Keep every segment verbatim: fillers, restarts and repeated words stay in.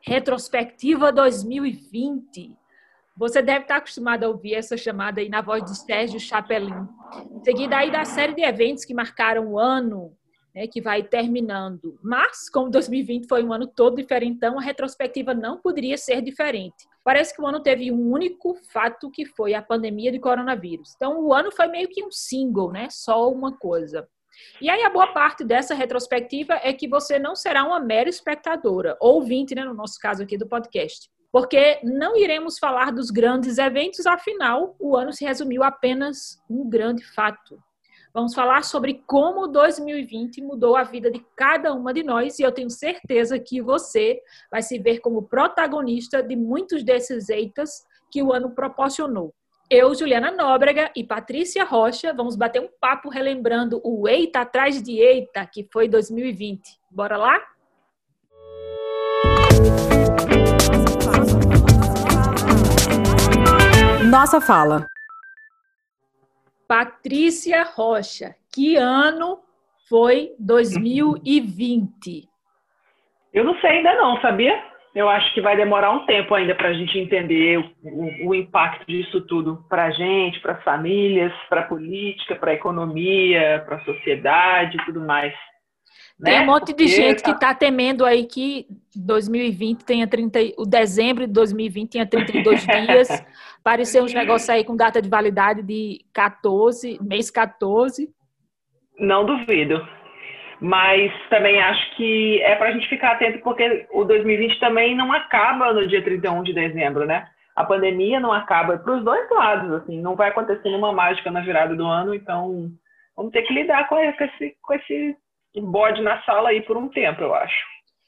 Retrospectiva dois mil e vinte. Você deve estar acostumado a ouvir essa chamada aí na voz de Sérgio Chapelin. Seguida aí da série de eventos que marcaram o ano, né, que vai terminando. Mas, como dois mil e vinte foi um ano todo diferentão, a retrospectiva não poderia ser diferente. Parece que o ano teve um único fato, que foi a pandemia de coronavírus. Então, o ano foi meio que um single, né? Só uma coisa. E aí, a boa parte dessa retrospectiva é que você não será uma mera espectadora, ou ouvinte, né, no nosso caso aqui do podcast. Porque não iremos falar dos grandes eventos, afinal, o ano se resumiu a apenas um grande fato. Vamos falar sobre como dois mil e vinte mudou a vida de cada uma de nós, e eu tenho certeza que você vai se ver como protagonista de muitos desses eitas que o ano proporcionou. Eu, Juliana Nóbrega e Patrícia Rocha, vamos bater um papo relembrando o eita atrás de eita, que foi dois mil e vinte. Bora lá? Nossa fala. Patrícia Rocha, que ano foi dois mil e vinte? Eu não sei ainda não, sabia? Eu acho que vai demorar um tempo ainda para a gente entender o, o, o impacto disso tudo para a gente, para as famílias, para a política, para a economia, para a sociedade e tudo mais. Tem né? um monte Porque de gente que tá... está temendo aí que dois mil e vinte tenha trinta, o dezembro de dois mil e vinte tenha trinta e dois dias. Pareceu uns negócios aí com data de validade de quatorze, mês quatorze. Não duvido. Mas também acho que é para a gente ficar atento, porque o dois mil e vinte também não acaba no dia trinta e um de dezembro, né? A pandemia não acaba para os dois lados, assim, não vai acontecer nenhuma mágica na virada do ano, então vamos ter que lidar com esse, com esse bode na sala aí por um tempo, eu acho.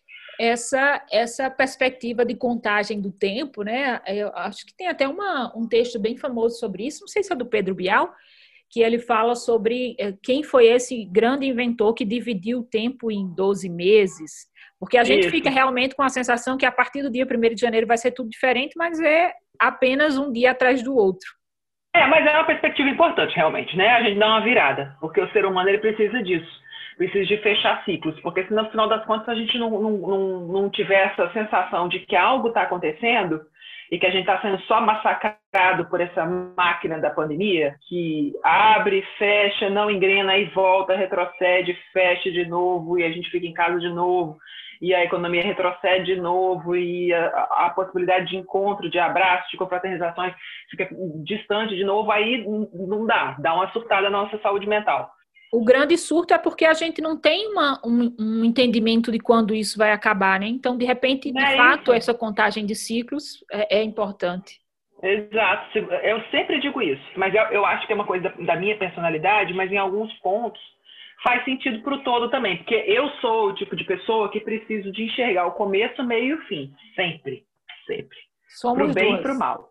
Essa, essa perspectiva de contagem do tempo, né? Eu acho que tem até uma, um texto bem famoso sobre isso, não sei se é do Pedro Bial, que ele fala sobre quem foi esse grande inventor que dividiu o tempo em doze meses, porque a gente Isso. fica realmente com a sensação que a partir do dia primeiro de janeiro vai ser tudo diferente, mas é apenas um dia atrás do outro. É, mas é uma perspectiva importante, realmente, né? A gente dá uma virada, porque o ser humano ele precisa disso. Precisa de fechar ciclos, porque se no final das contas a gente não, não, não, não tiver essa sensação de que algo está acontecendo e que a gente está sendo só massacrado por essa máquina da pandemia, que abre, fecha, não engrena e volta, retrocede, fecha de novo e a gente fica em casa de novo e a economia retrocede de novo e a, a possibilidade de encontro, de abraço, de confraternizações fica distante de novo, aí não dá, dá uma surtada na nossa saúde mental. O grande surto é porque a gente não tem uma, um, um entendimento de quando isso vai acabar, né? Então, de repente, de é fato, isso. essa contagem de ciclos é, é importante. Exato. Eu sempre digo isso, mas eu, eu acho que é uma coisa da minha personalidade, mas em alguns pontos faz sentido para o todo também, porque eu sou o tipo de pessoa que preciso de enxergar o começo, meio e o fim. Sempre. Sempre. Somos Pro bem duas. e pro mal.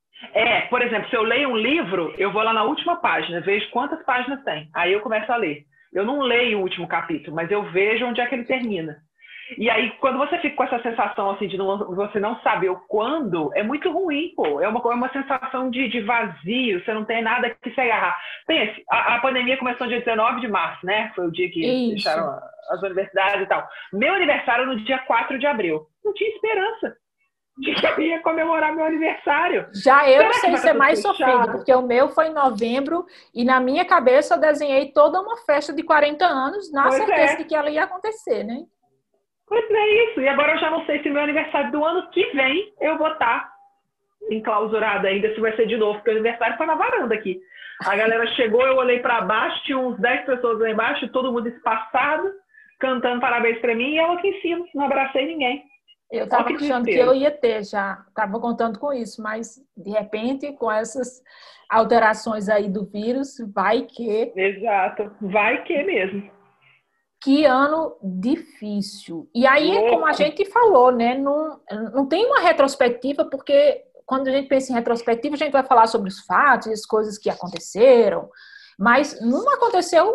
É, por exemplo, se eu leio um livro, eu vou lá na última página, vejo quantas páginas tem. Aí eu começo a ler. Eu não leio o último capítulo, mas eu vejo onde é que ele termina. E aí, quando você fica com essa sensação assim, de não, você não saber o quando, é muito ruim, pô. É uma, é uma sensação de, de vazio, você não tem nada que se agarrar. Pense, a, a pandemia começou no dia dezenove de março, né? Foi o dia que Isso. fecharam as universidades e tal. Meu aniversário no dia quatro de abril. Não tinha esperança. Eu ia comemorar meu aniversário. Já eu Será não sei que ser vai mais fechado? sofrido, porque o meu foi em novembro e na minha cabeça eu desenhei toda uma festa de quarenta anos na Pois certeza é. de que ela ia acontecer, né? Pois é isso. E agora eu já não sei se meu aniversário do ano que vem eu vou estar enclausurada ainda, se vai ser de novo, porque o aniversário foi na varanda aqui. A galera chegou, eu olhei para baixo, tinha uns dez pessoas lá embaixo, todo mundo espaçado, cantando parabéns para mim, e eu aqui em cima, não abracei ninguém. Eu estava que achando que desespero. eu ia ter já, estava contando com isso, mas de repente, com essas alterações aí do vírus, vai que... Exato, vai que mesmo. Que ano difícil. E aí, Louco. como a gente falou, né, não, não tem uma retrospectiva, porque quando a gente pensa em retrospectiva, a gente vai falar sobre os fatos, as coisas que aconteceram, mas não aconteceu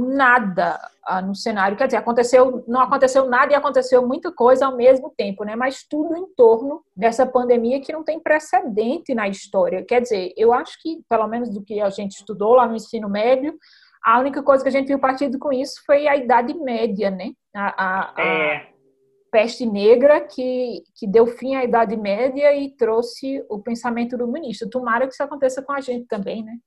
nada ah, no cenário. Quer dizer, aconteceu, não aconteceu nada e aconteceu muita coisa ao mesmo tempo, né? Mas tudo em torno dessa pandemia que não tem precedente na história. Quer dizer, eu acho que, pelo menos do que a gente estudou lá no ensino médio, a única coisa que a gente viu partido com isso foi a Idade Média, né? A, a, a, É. peste negra que, que deu fim à Idade Média e trouxe o pensamento iluminista. Tomara que isso aconteça com a gente também, né?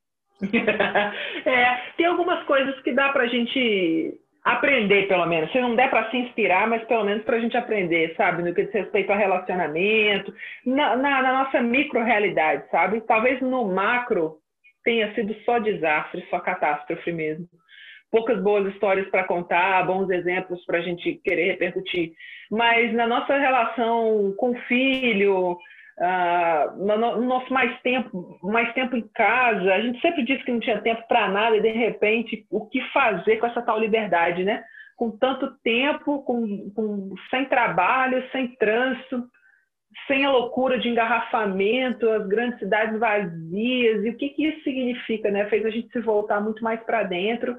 É, tem algumas coisas que dá para a gente aprender, pelo menos. Se não der para se inspirar, mas pelo menos para a gente aprender, sabe? No que diz respeito ao relacionamento, na, na, na nossa micro-realidade, sabe? Talvez no macro tenha sido só desastre, só catástrofe mesmo. Poucas boas histórias para contar, bons exemplos para a gente querer repercutir. Mas na nossa relação com o filho, uh, no, no nosso mais tempo, mais tempo em casa, a gente sempre disse que não tinha tempo para nada e, de repente, o que fazer com essa tal liberdade, né? Com tanto tempo, com, com, sem trabalho, sem trânsito, sem a loucura de engarrafamento, as grandes cidades vazias. E o que, que isso significa, né? Fez a gente se voltar muito mais para dentro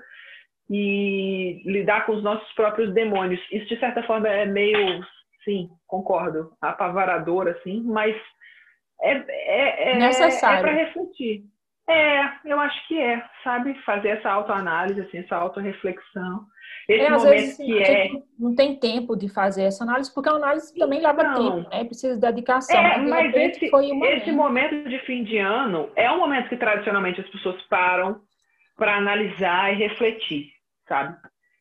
e lidar com os nossos próprios demônios. Isso, de certa forma, é meio, sim, concordo, apavorador, assim, mas é, é, é, necessário. É para refletir. É, eu acho que é, sabe? Fazer essa autoanálise, assim, essa autorreflexão. Esse é, às momento vezes, que a é... gente não tem tempo de fazer essa análise, porque a análise também leva Então, tempo, né? Precisa de dedicação. É, mas, de mas repente, esse, foi o momento. esse momento de fim de ano é um momento que, tradicionalmente, as pessoas param para analisar e refletir, sabe?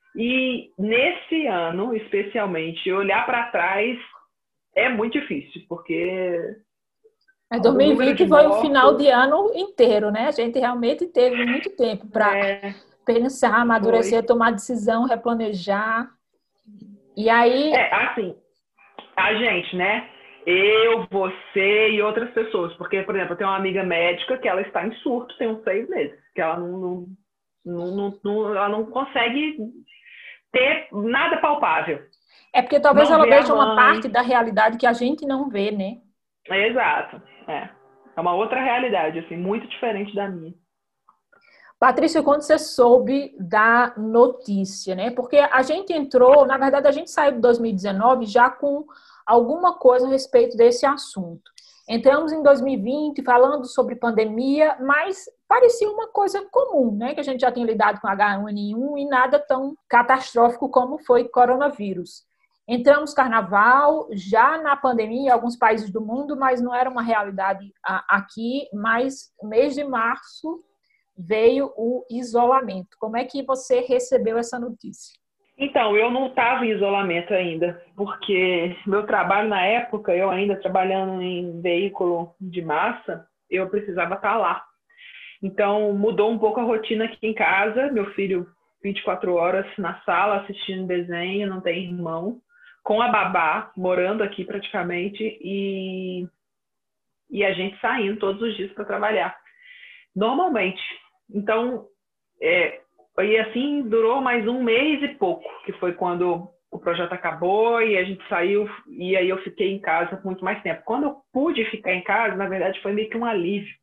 E nesse ano, especialmente, olhar para trás é muito difícil, porque Mas o número dois mil e vinte de foi um mortos... final de ano inteiro, né? A gente realmente teve muito tempo para é, pensar, amadurecer, foi. tomar decisão, replanejar. E aí... É, assim, a gente, né? Eu, você e outras pessoas. Porque, por exemplo, eu tenho uma amiga médica que ela está em surto tem uns seis meses. Que ela não, não, não, não, não, ela não consegue ter nada palpável. É porque talvez Não ela vê a veja uma mãe. parte da realidade que a gente não vê, né? É, exato. É. É uma outra realidade, assim, muito diferente da minha. Patrícia, quando você soube da notícia, né? Porque a gente entrou, na verdade, a gente saiu de dois mil e dezenove já com alguma coisa a respeito desse assunto. Entramos em dois mil e vinte falando sobre pandemia, mas parecia uma coisa comum, né? Que a gente já tinha lidado com agá um ene um e nada tão catastrófico como foi coronavírus. Entramos carnaval, já na pandemia em alguns países do mundo, mas não era uma realidade aqui, mas mês de março veio o isolamento. Como é que você recebeu essa notícia? Então, eu não estava em isolamento ainda, porque meu trabalho na época, eu ainda trabalhando em veículo de massa, eu precisava estar lá. Então, mudou um pouco a rotina aqui em casa. Meu filho, vinte e quatro horas na sala, assistindo desenho, não tem irmão, com a babá, morando aqui praticamente, e, e a gente saindo todos os dias para trabalhar. Normalmente. Então, é, e assim durou mais um mês e pouco, que foi quando o projeto acabou e a gente saiu, e aí eu fiquei em casa por muito mais tempo. Quando eu pude ficar em casa, na verdade, foi meio que um alívio.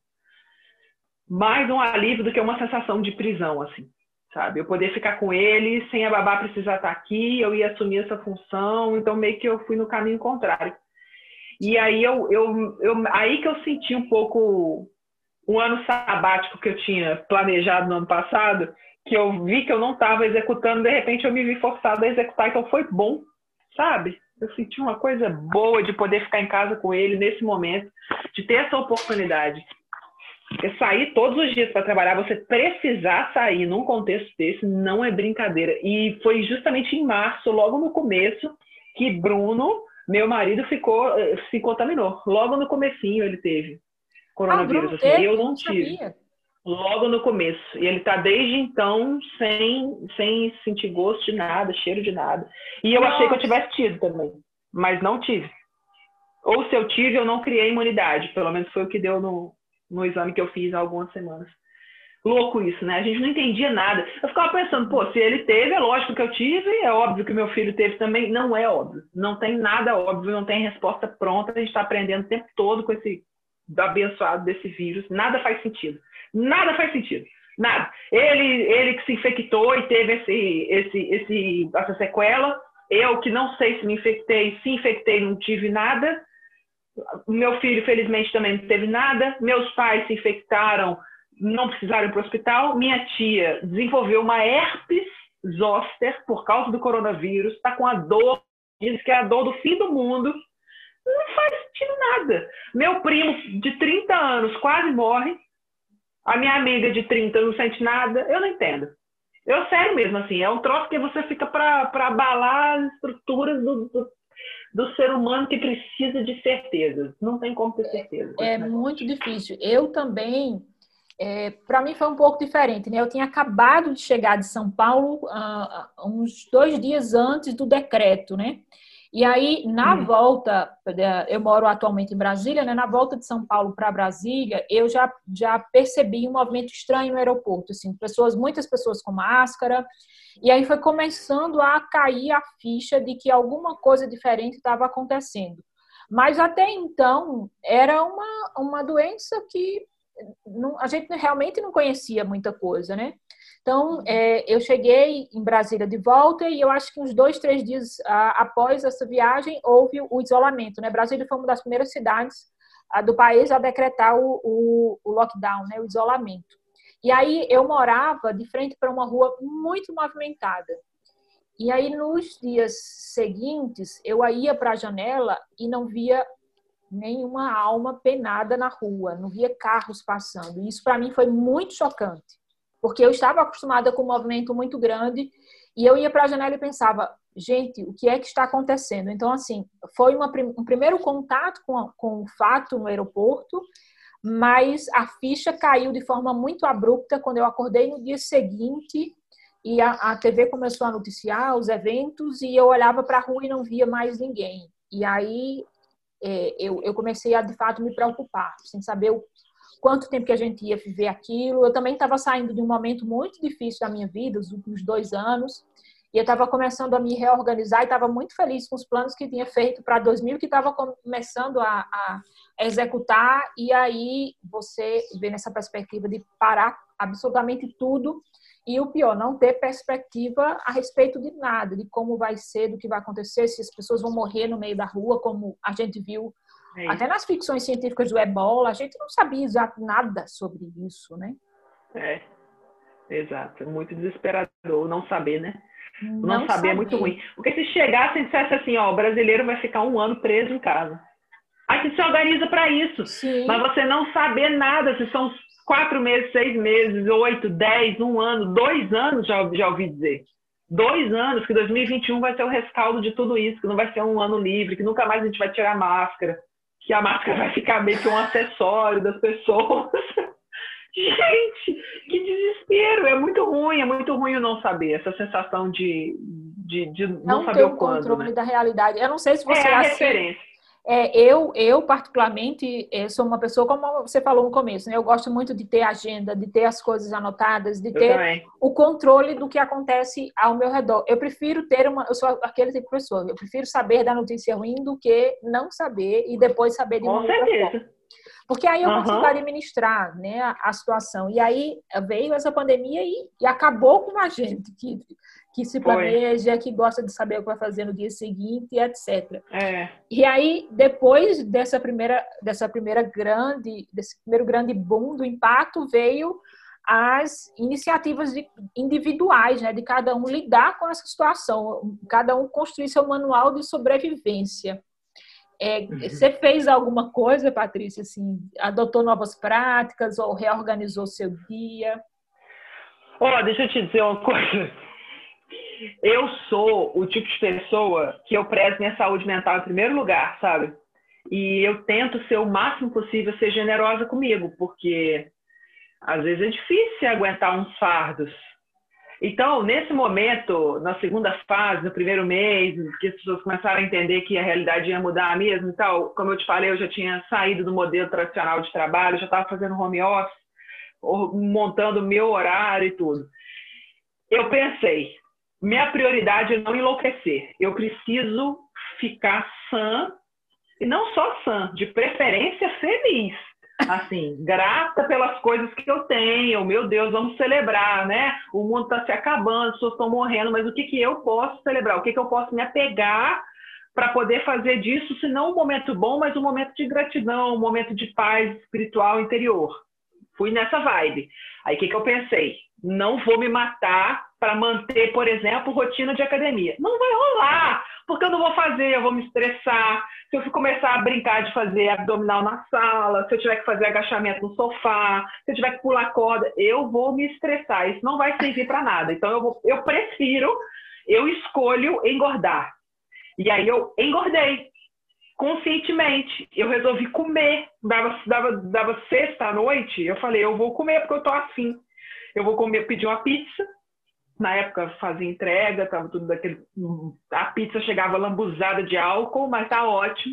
Mais um alívio do que uma sensação de prisão, assim, sabe? Eu poder ficar com ele, sem a babá precisar estar aqui, eu ia assumir essa função, então meio que eu fui no caminho contrário. E aí, eu, eu, eu, aí que eu senti um pouco um ano sabático que eu tinha planejado no ano passado, que eu vi que eu não estava executando, de repente eu me vi forçada a executar, então foi bom, sabe? Eu senti uma coisa boa de poder ficar em casa com ele nesse momento, de ter essa oportunidade. Porque sair todos os dias para trabalhar, você precisar sair num contexto desse, não é brincadeira. E foi justamente em março, logo no começo, que Bruno, meu marido, ficou, se contaminou. Logo no comecinho ele teve coronavírus. Ah, assim, teve? eu não, não tive. Sabia. Logo no começo. E ele está desde então sem, sem sentir gosto de nada, cheiro de nada. E eu Nossa. achei que eu tivesse tido também, mas não tive. Ou se eu tive, eu não criei imunidade. Pelo menos foi o que deu no, no exame que eu fiz há algumas semanas. Louco isso, né? A gente não entendia nada. Eu ficava pensando, pô, se ele teve, é lógico que eu tive, é óbvio que meu filho teve também. Não é óbvio. Não tem nada óbvio, não tem resposta pronta. A gente está aprendendo o tempo todo com esse abençoado desse vírus. Nada faz sentido. Nada faz sentido. Nada. Ele, ele que se infectou e teve esse, esse, esse, essa sequela. Eu que não sei se me infectei, se infectei, não tive nada. Meu filho, felizmente, também não teve nada. Meus pais se infectaram, não precisaram ir para o hospital. Minha tia desenvolveu uma herpes zoster por causa do coronavírus. Está com a dor diz que é a dor do fim do mundo. Não faz sentido nada. Meu primo de trinta anos quase morre. A minha amiga de trinta não sente nada. Eu não entendo. Eu, sério mesmo, assim, é um troço que você fica para abalar as estruturas do, do, do ser humano que precisa de certezas. Não tem como ter certeza. É muito difícil. Eu também, é, para mim foi um pouco diferente, né? Eu tinha acabado de chegar de São Paulo uh, uns dois dias antes do decreto, né? E aí, na uhum. volta, eu moro atualmente em Brasília, né? Na volta de São Paulo para Brasília, eu já, já percebi um movimento estranho no aeroporto, assim, pessoas, muitas pessoas com máscara, e aí foi começando a cair a ficha de que alguma coisa diferente estava acontecendo. Mas até então, era uma, uma doença que não, a gente realmente não conhecia muita coisa, né? Então, é, eu cheguei em Brasília de volta e eu acho que uns dois, três dias a, após essa viagem houve o isolamento, né? Brasília foi uma das primeiras cidades a, do país a decretar o, o, o lockdown, né? O isolamento. E aí eu morava de frente para uma rua muito movimentada. E aí nos dias seguintes eu ia para a janela e não via nenhuma alma penada na rua, não via carros passando. E isso para mim foi muito chocante. Porque eu estava acostumada com um movimento muito grande e eu ia para a janela e pensava, gente, o que é que está acontecendo? Então, assim, foi uma, um primeiro contato com, com o fato no aeroporto, mas a ficha caiu de forma muito abrupta quando eu acordei no dia seguinte e a, a T V começou a noticiar os eventos e eu olhava para a rua e não via mais ninguém. E aí é, eu, eu comecei a, de fato, me preocupar, sem saber o quanto tempo que a gente ia viver aquilo. Eu também estava saindo de um momento muito difícil da minha vida, os últimos dois anos, e eu estava começando a me reorganizar e estava muito feliz com os planos que tinha feito para dois mil, que estava começando a, a executar, e aí você vê nessa perspectiva de parar absolutamente tudo, e o pior, não ter perspectiva a respeito de nada, de como vai ser, do que vai acontecer, se as pessoas vão morrer no meio da rua, como a gente viu É até nas ficções científicas do Ebola, a gente não sabia exato nada sobre isso, né? É, exato. Muito desesperador não saber, né? Não, não saber, saber é muito ruim. Porque se chegasse e dissesse assim, ó, o brasileiro vai ficar um ano preso em casa. Aí você se organiza para isso. Sim. Mas você não saber nada, se são quatro meses, seis meses, oito, dez, um ano, dois anos, já, já ouvi dizer. Dois anos, que dois mil e vinte e um vai ser o rescaldo de tudo isso, que não vai ser um ano livre, que nunca mais a gente vai tirar máscara, que a máscara vai ficar meio que um acessório das pessoas. Gente, que desespero! É muito ruim, é muito ruim o não saber, essa sensação de, de, de não, não saber o quando. Não ter o controle, né? da realidade. Eu não sei se você é a assim, referência. É, eu, eu, particularmente, eu sou uma pessoa, como você falou no começo, né? Eu gosto muito de ter agenda, de ter as coisas anotadas, de Eu ter também. o controle do que acontece ao meu redor. Eu prefiro ter uma... Eu sou aquele tipo de pessoa, eu prefiro saber da notícia ruim do que não saber e depois saber de uma Com outra certeza. forma. Porque aí eu Uhum. consigo administrar, né, a, a situação. E aí veio essa pandemia e, e acabou com a gente que, que se planeja, Foi. que gosta de saber o que vai fazer no dia seguinte, etcétera. É. E aí, depois dessa primeira, dessa primeira grande, desse primeiro grande boom do impacto, veio as iniciativas de, individuais, né, de cada um lidar com essa situação, cada um construir seu manual de sobrevivência. É, você fez alguma coisa, Patrícia, assim, adotou novas práticas ou reorganizou seu dia? Ó, oh, deixa eu te dizer uma coisa. Eu sou o tipo de pessoa que eu prezo minha saúde mental em primeiro lugar, sabe? E eu tento ser o máximo possível, ser generosa comigo, porque às vezes é difícil aguentar uns fardos. Então, nesse momento, na segunda fase, no primeiro mês, que as pessoas começaram a entender que a realidade ia mudar mesmo e tal, como eu te falei, eu já tinha saído do modelo tradicional de trabalho, já estava fazendo home office, montando o meu horário e tudo. Eu pensei, minha prioridade é não enlouquecer. Eu preciso ficar sã, e não só sã, de preferência feliz. Assim, grata pelas coisas que eu tenho, meu Deus, vamos celebrar, né? O mundo está se acabando, as pessoas estão morrendo, mas o que, que eu posso celebrar? O que, que eu posso me apegar para poder fazer disso, se não um momento bom, mas um momento de gratidão, um momento de paz espiritual interior? Fui nessa vibe. Aí o que, que eu pensei? não vou me matar para manter, por exemplo, rotina de academia. Não vai rolar, porque eu não vou fazer, eu vou me estressar. Se eu começar a brincar de fazer abdominal na sala, se eu tiver que fazer agachamento no sofá, se eu tiver que pular corda, eu vou me estressar. Isso não vai servir para nada. Então, eu, vou, eu prefiro, eu escolho engordar. E aí eu engordei, conscientemente. Eu resolvi comer. Dava, dava, dava sexta à noite, eu falei, eu vou comer porque eu tô afim. Eu vou comer, pedir uma pizza. Na época fazia entrega, tava tudo daquele... A pizza chegava lambuzada de álcool, mas tá ótimo.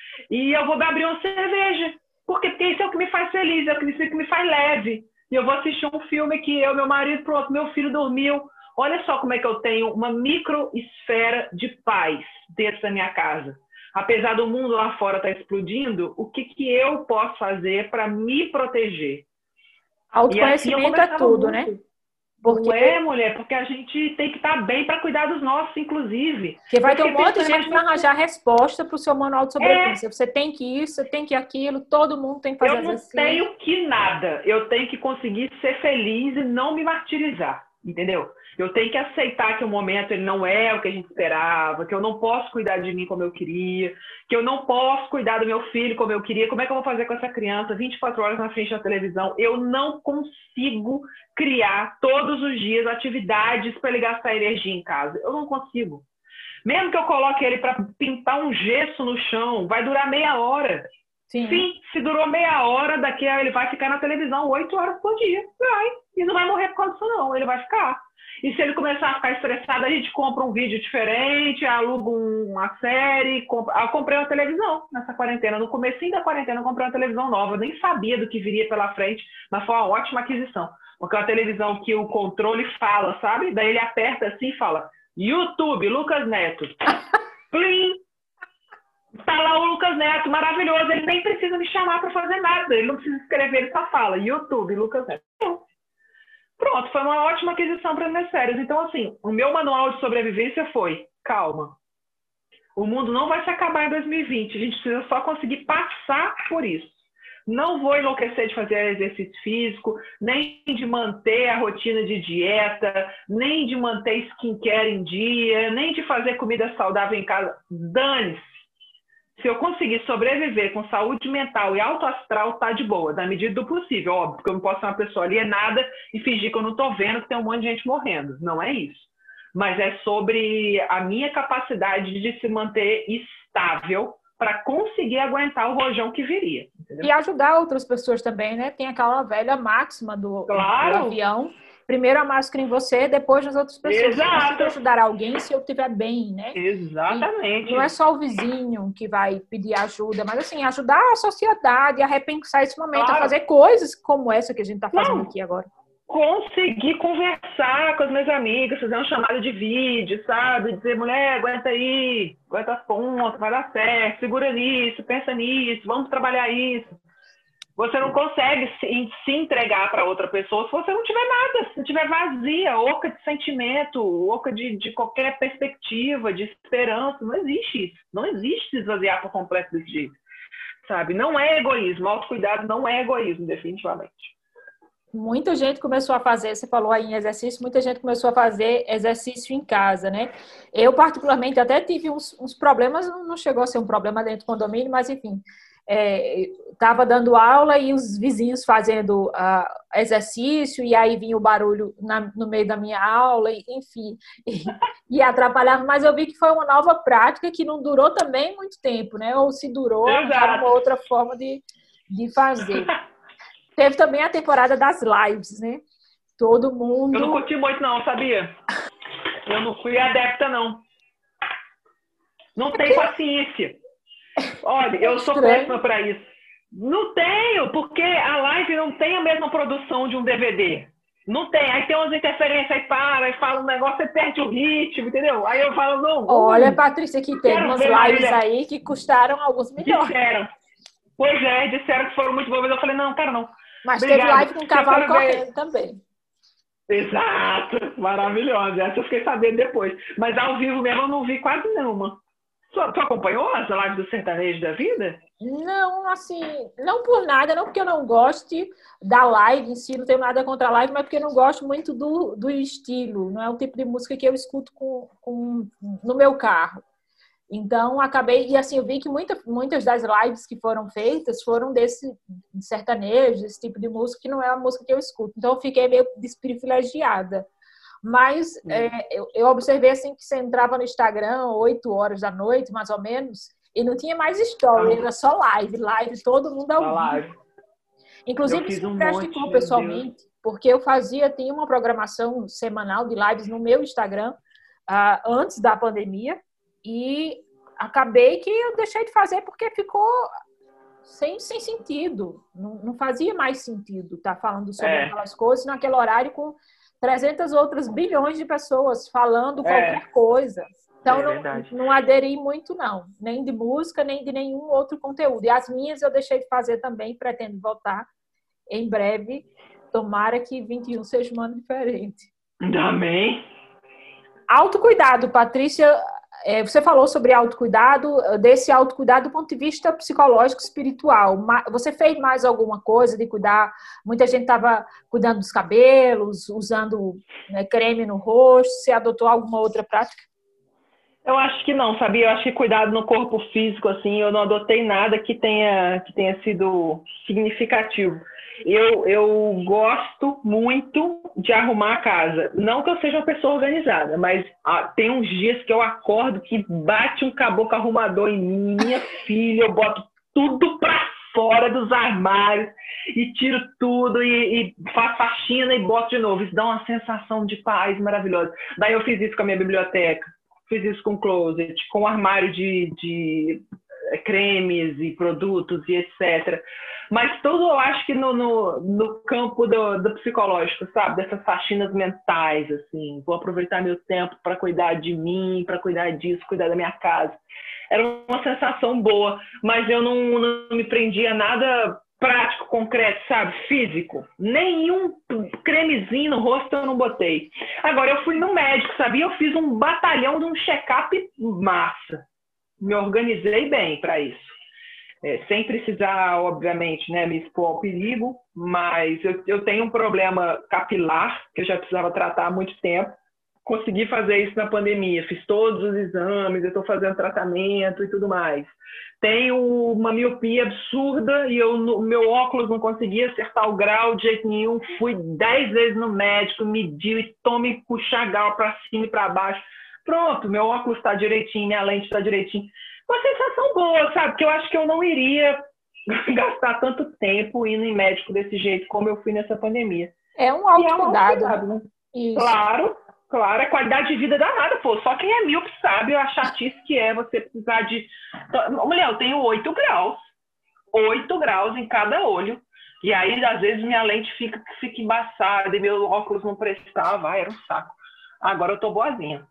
E eu vou abrir uma cerveja. Porque, porque isso é o que me faz feliz, é o que me, que me faz leve. E eu vou assistir um filme que eu, meu marido, pronto, meu filho dormiu. Olha só como é que eu tenho uma microesfera de paz dentro da minha casa. Apesar do mundo lá fora estar explodindo, o que, que eu posso fazer para me proteger? Autoconhecimento assim é tudo, muito. Né? Porque... Não é, mulher, porque a gente tem que estar bem para cuidar dos nossos, inclusive. Porque vai ter um monte de gente para arranjar resposta para o seu manual de sobrevivência. É... Você tem que isso, você tem que aquilo, todo mundo tem que fazer assim. Eu não assim. tenho que nada. Eu tenho que conseguir ser feliz e não me martirizar, entendeu? Eu tenho que aceitar que o momento ele não é o que a gente esperava, que eu não posso cuidar de mim como eu queria, que eu não posso cuidar do meu filho como eu queria. Como é que eu vou fazer com essa criança vinte e quatro horas na frente da televisão? Eu não consigo criar todos os dias atividades para ele gastar energia em casa. Eu não consigo. Mesmo que eu coloque ele para pintar um gesso no chão, vai durar meia hora. Sim. Sim, se durou meia hora, daqui a ele vai ficar na televisão oito horas por dia. Vai. E não vai morrer por causa disso, não. Ele vai ficar. E se ele começar a ficar estressado, a gente compra um vídeo diferente, aluga uma série. Compra... Eu comprei uma televisão nessa quarentena. No comecinho da quarentena, eu comprei uma televisão nova. Eu nem sabia do que viria pela frente, mas foi uma ótima aquisição. Porque é uma televisão que o controle fala, sabe? Daí ele aperta assim e fala, YouTube, Lucas Neto. Plim! Tá lá o Lucas Neto, maravilhoso. Ele nem precisa me chamar para fazer nada. Ele não precisa escrever, ele só fala, YouTube, Lucas Neto. Pronto, foi uma ótima aquisição para as minhas férias. Então, assim, o meu manual de sobrevivência foi, calma, o mundo não vai se acabar em dois mil e vinte, a gente precisa só conseguir passar por isso. Não vou enlouquecer de fazer exercício físico, nem de manter a rotina de dieta, nem de manter skincare em dia, nem de fazer comida saudável em casa. Dane-se. Se eu conseguir sobreviver com saúde mental e alto astral, tá de boa, na medida do possível, óbvio, porque eu não posso ser uma pessoa alienada e fingir que eu não tô vendo que tem um monte de gente morrendo. Não é isso. Mas é sobre a minha capacidade de se manter estável para conseguir aguentar o rojão que viria. Entendeu? E ajudar outras pessoas também, né? Tem aquela velha máxima do, claro. do avião. Primeiro a máscara em você, depois nas outras pessoas. Exato. Eu consigo ajudar alguém se eu estiver bem, né? Exatamente. E não é só o vizinho que vai pedir ajuda, mas assim, ajudar a sociedade a repensar esse momento, claro. A fazer coisas como essa que a gente está fazendo não. aqui agora. Conseguir conversar com as minhas amigas, fazer uma chamada de vídeo, sabe? Dizer, mulher, aguenta aí, aguenta as pontas, vai dar certo, segura nisso, pensa nisso, vamos trabalhar isso. Você não consegue se, se entregar para outra pessoa se você não tiver nada, se tiver vazia, oca de sentimento, oca de, de qualquer perspectiva, de esperança. Não existe isso. Não existe se esvaziar por completo desse jeito. Sabe? Não é egoísmo. Autocuidado não é egoísmo, definitivamente. Muita gente começou a fazer, você falou aí em exercício, muita gente começou a fazer exercício em casa, né? Eu, particularmente, até tive uns, uns problemas, não chegou a ser um problema dentro do condomínio, mas enfim, estava é, dando aula e os vizinhos fazendo uh, exercício, e aí vinha o barulho na, no meio da minha aula, e, enfim, e, e atrapalhava, mas eu vi que foi uma nova prática que não durou também muito tempo, né? Ou se durou, era uma outra forma de, de fazer. Teve também a temporada das lives, né? Todo mundo... Eu não curti muito não, sabia? Eu não fui adepta, não. Não tenho paciência. Olha, eu sou péssima para isso. Não tenho, porque a live não tem a mesma produção de um D V D. Não tem. Aí tem umas interferências, aí para, aí fala um negócio, aí perde o ritmo, entendeu? Aí eu falo, não... Olha, hum, Patrícia, que tem umas lives aí que custaram alguns milhões. Disseram. Pois é, disseram que foram muito boas, mas eu falei, não, cara, não. Mas obrigado. Teve live com um cavalo correndo ver. Também. Exato, maravilhosa. Essa eu fiquei sabendo depois. Mas ao vivo mesmo eu não vi quase nenhuma. Tu, tu acompanhou as lives do sertanejo da vida? Não, assim, não por nada, não porque eu não goste da live em si, não tenho nada contra a live, mas porque eu não gosto muito do, do estilo, não é o tipo de música que eu escuto com, com, no meu carro. Então, acabei, e assim, eu vi que muita, muitas das lives que foram feitas foram desse sertanejo, desse tipo de música, que não é a música que eu escuto. Então, eu fiquei meio desprivilegiada. Mas hum. é, eu, eu observei assim que você entrava no Instagram oito horas da noite, mais ou menos, e não tinha mais story, ah. era só live, live, todo mundo ao vivo. Inclusive, isso me prejudicou pessoalmente, Deus. Porque eu fazia, tinha uma programação semanal de lives no meu Instagram uh, antes da pandemia, e acabei que eu deixei de fazer porque ficou sem, sem sentido. Não, não fazia mais sentido estar falando sobre é. aquelas coisas naquele horário com trezentas outras bilhões de pessoas falando qualquer é. coisa. Então, é não, não aderi muito, não. Nem de música, nem de nenhum outro conteúdo. E as minhas eu deixei de fazer também, pretendo voltar em breve. Tomara que vinte e um seja um ano diferente. Amém. Autocuidado, Patrícia. Você falou sobre autocuidado, desse autocuidado do ponto de vista psicológico, espiritual. Você fez mais alguma coisa de cuidar? Muita gente estava cuidando dos cabelos, usando, né, creme no rosto. Você adotou alguma outra prática? Eu acho que não, sabia? Eu acho que cuidado no corpo físico, assim, eu não adotei nada que tenha, que tenha sido significativo. Eu, eu gosto muito de arrumar a casa. Não que eu seja uma pessoa organizada, mas ah, tem uns dias que eu acordo que bate um caboclo arrumador em mim, minha filha, eu boto tudo pra fora dos armários e tiro tudo e, e faço faxina e boto de novo. Isso dá uma sensação de paz maravilhosa. Daí eu fiz isso com a minha biblioteca, fiz isso com o closet, com o armário de, de cremes e produtos e etcétera. Mas tudo eu acho que no, no, no campo do, do psicológico, sabe? Dessas faxinas mentais, assim. Vou aproveitar meu tempo para cuidar de mim, para cuidar disso, cuidar da minha casa. Era uma sensação boa, mas eu não, não me prendia a nada prático, concreto, sabe? Físico. Nenhum cremezinho no rosto eu não botei. Agora, eu fui no médico, sabia? Eu fiz um batalhão de um check-up massa. Me organizei bem para isso. É, sem precisar, obviamente, né, me expor ao perigo, mas eu, eu tenho um problema capilar que eu já precisava tratar há muito tempo. Consegui fazer isso na pandemia, fiz todos os exames, eu estou fazendo tratamento e tudo mais. Tenho uma miopia absurda e eu, no, meu óculos não conseguia acertar o grau de jeito nenhum. Fui dez vezes no médico, mediu e tome puxar grau para cima e para baixo. Pronto, meu óculos está direitinho, minha lente está direitinho. Uma sensação boa, sabe? Porque eu acho que eu não iria gastar tanto tempo indo em médico desse jeito como eu fui nessa pandemia. É um autocuidado, é um né? Isso. Claro, claro. É qualidade de vida danada, pô. Só quem é míope sabe a chatice que é você precisar de... Mulher, eu tenho oito graus. oito graus em cada olho. E aí, às vezes, minha lente fica, fica embaçada e meu óculos não prestava. Era um saco. Agora eu tô boazinha.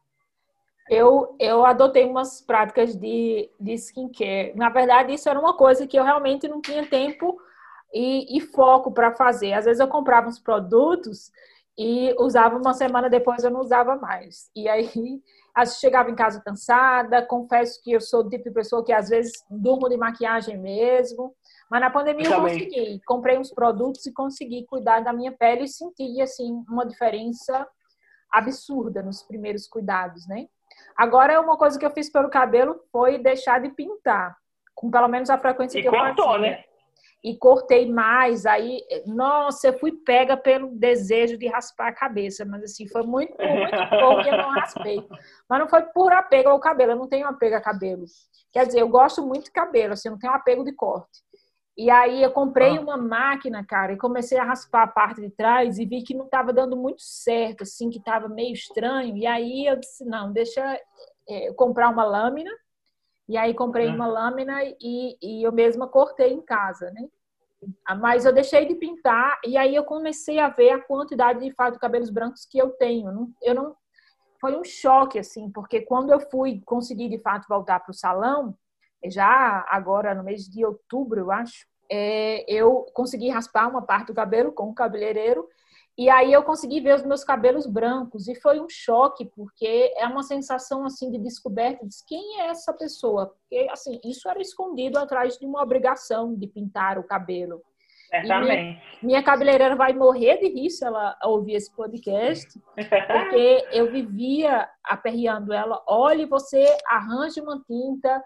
Eu, eu adotei umas práticas de, de skincare. Na verdade, isso era uma coisa que eu realmente não tinha tempo e, e foco para fazer. Às vezes eu comprava uns produtos e usava uma semana depois, eu não usava mais. E aí, às vezes chegava em casa cansada. Confesso que eu sou o tipo de pessoa que às vezes durmo de maquiagem mesmo. Mas na pandemia eu, eu consegui. Comprei uns produtos e consegui cuidar da minha pele e senti, assim, uma diferença absurda nos primeiros cuidados, né? Agora, uma coisa que eu fiz pelo cabelo foi deixar de pintar, com pelo menos a frequência e que eu fazia. cortou, né? E cortei mais, aí, nossa, eu fui pega pelo desejo de raspar a cabeça, mas assim, foi muito, muito pouco que eu não raspei. Mas não foi por apego ao cabelo, eu não tenho apego a cabelo. Quer dizer, eu gosto muito de cabelo, assim, eu não tenho apego de corte. E aí eu comprei ah. uma máquina, cara, e comecei a raspar a parte de trás e vi que não estava dando muito certo, assim, que estava meio estranho. E aí eu disse, não, deixa é, eu comprar uma lâmina. E aí comprei ah. uma lâmina e, e eu mesma cortei em casa, né? Mas eu deixei de pintar e aí eu comecei a ver a quantidade de fato de cabelos brancos que eu tenho. Eu não, eu não... Foi um choque, assim, porque quando eu fui conseguir de fato voltar para o salão, já agora no mês de outubro, eu acho, é, eu consegui raspar uma parte do cabelo com o cabeleireiro E aí eu consegui ver os meus cabelos brancos e foi um choque, porque é uma sensação assim de descoberta de quem é essa pessoa. Porque assim, isso era escondido atrás de uma obrigação de pintar o cabelo. E minha, minha cabeleireira vai morrer de rir se ela ouvir esse podcast, porque eu vivia aperreando ela. Olhe, você arranje uma tinta,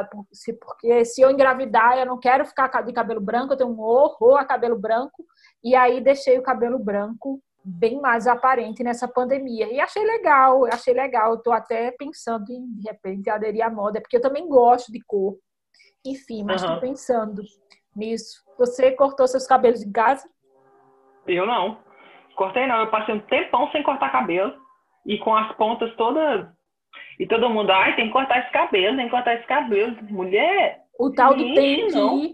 porque se eu engravidar, eu não quero ficar de cabelo branco, eu tenho um horror a cabelo branco. E aí deixei o cabelo branco bem mais aparente nessa pandemia. E achei legal, achei legal. Estou até pensando em, de repente, aderir à moda, porque eu também gosto de cor. Enfim, mas estou uhum. pensando nisso. Você cortou seus cabelos em casa? Eu não. Cortei não. Eu passei um tempão sem cortar cabelo. E com as pontas todas... E todo mundo, ai, tem que cortar esse cabelo, tem que cortar esse cabelo. Mulher... O tal do tem que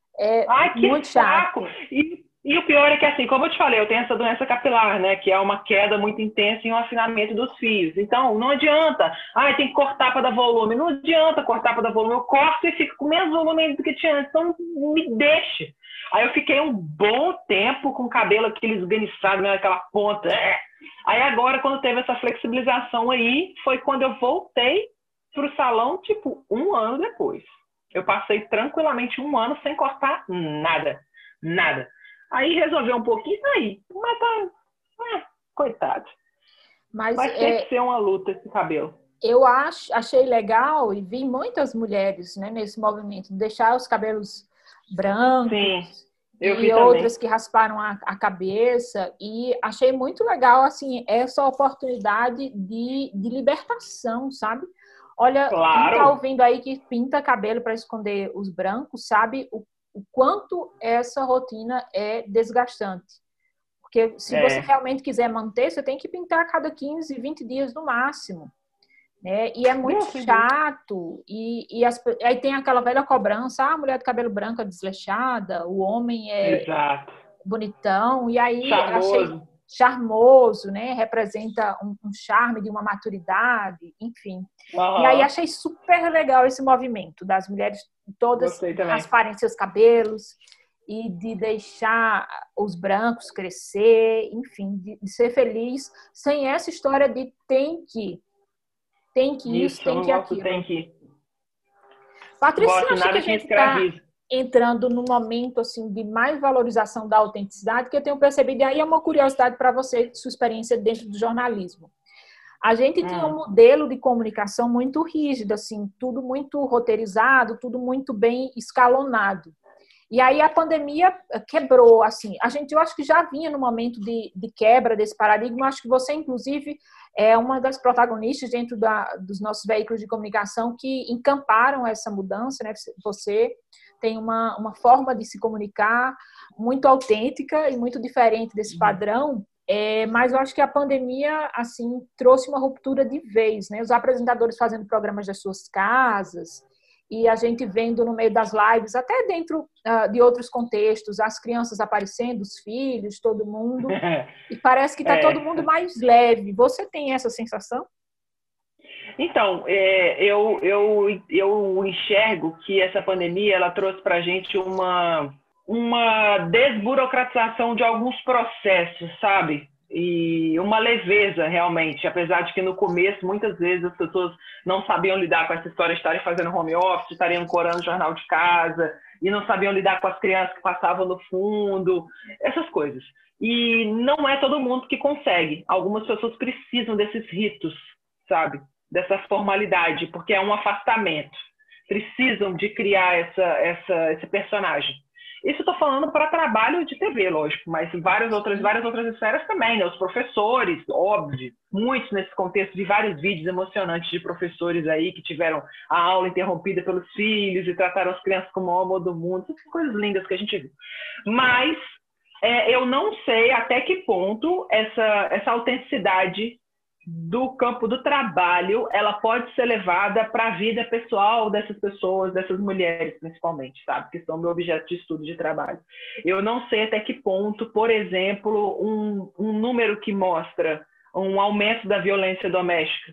é ai, que muito saco. chato. E, e o pior é que, assim, como eu te falei, eu tenho essa doença capilar, né? Que é uma queda muito intensa em um afinamento dos fios. Então, não adianta. Ai, tem que cortar para dar volume. Não adianta cortar para dar volume. Eu corto e fico com o mesmo volume do que tinha antes. Então, me deixe. Aí eu fiquei um bom tempo com o cabelo aquele esganiçado, né? Aquela ponta. Aí agora, quando teve essa flexibilização aí, foi quando eu voltei pro salão, tipo, um ano depois. Eu passei tranquilamente um ano sem cortar nada. Nada. Aí resolveu um pouquinho, aí. Mas tá... É, coitado. Mas Vai ter é, que ser uma luta esse cabelo. Eu ach, achei legal e vi muitas mulheres, né, nesse movimento, deixar os cabelos brancos. Sim, eu vi e outras também. que rasparam a, a cabeça. E achei muito legal, assim, essa oportunidade de, de libertação, sabe? Olha, Claro. quem tá ouvindo aí que pinta cabelo para esconder os brancos, sabe o, o quanto essa rotina é desgastante. Porque se é. você realmente quiser manter, você tem que pintar a cada quinze, vinte dias no máximo. Né? E é muito Deus chato. E, e as, aí tem aquela velha cobrança, ah, a mulher de cabelo branco é desleixada, o homem é Exato. bonitão. E aí charmoso. achei charmoso, né? Representa um, um charme de uma maturidade, enfim. Uhum. E aí achei super legal esse movimento das mulheres todas rasparem seus cabelos e de deixar os brancos crescer, enfim, de, de ser feliz sem essa história de tem que, tem que isso, isso tem que aquilo. Tem que. Patrícia, você acha que a gente está entrando num momento assim de mais valorização da autenticidade, que eu tenho percebido, e aí é uma curiosidade para você, sua experiência dentro do jornalismo. A gente hum. tinha um modelo de comunicação muito rígido, assim, tudo muito roteirizado, tudo muito bem escalonado. E aí a pandemia quebrou, assim, a gente, eu acho que já vinha no momento de, de quebra desse paradigma, acho que você, inclusive, é uma das protagonistas dentro da, dos nossos veículos de comunicação que encamparam essa mudança, né? Você tem uma, uma forma de se comunicar muito autêntica e muito diferente desse padrão, é, mas eu acho que a pandemia, assim, trouxe uma ruptura de vez, né? Os apresentadores fazendo programas das suas casas, e a gente vendo no meio das lives, até dentro uh, de outros contextos, as crianças aparecendo, os filhos, todo mundo, e parece que está é. todo mundo mais leve. Você tem essa sensação? Então, é, eu, eu, eu enxergo que essa pandemia ela trouxe para a gente uma, uma desburocratização de alguns processos, sabe? E uma leveza, realmente, apesar de que no começo, muitas vezes, as pessoas não sabiam lidar com essa história de estarem fazendo home office, estariam ancorando jornal de casa, e não sabiam lidar com as crianças que passavam no fundo, essas coisas. E não é todo mundo que consegue. Algumas pessoas precisam desses ritos, sabe? Dessa formalidade, porque é um afastamento. Precisam de criar essa, essa, esse personagem. Isso eu estou falando para trabalho de T V, lógico, mas várias outras, várias outras esferas também, né? Os professores, óbvio, muitos nesse contexto de vários vídeos emocionantes de professores aí que tiveram a aula interrompida pelos filhos e trataram as crianças como o amor do mundo, essas coisas lindas que a gente viu. Mas é, eu não sei até que ponto essa, essa autenticidade do campo do trabalho, ela pode ser levada para a vida pessoal dessas pessoas, dessas mulheres, principalmente, sabe? Que são meu objeto de estudo de trabalho. Eu não sei até que ponto, por exemplo, um, um número que mostra um aumento da violência doméstica,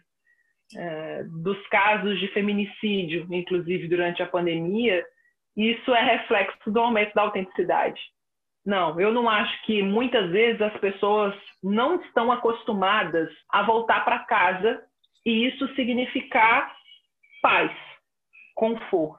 é, dos casos de feminicídio, inclusive durante a pandemia, isso é reflexo do aumento da autenticidade. Não, eu não acho que muitas vezes as pessoas não estão acostumadas a voltar para casa e isso significar paz, conforto.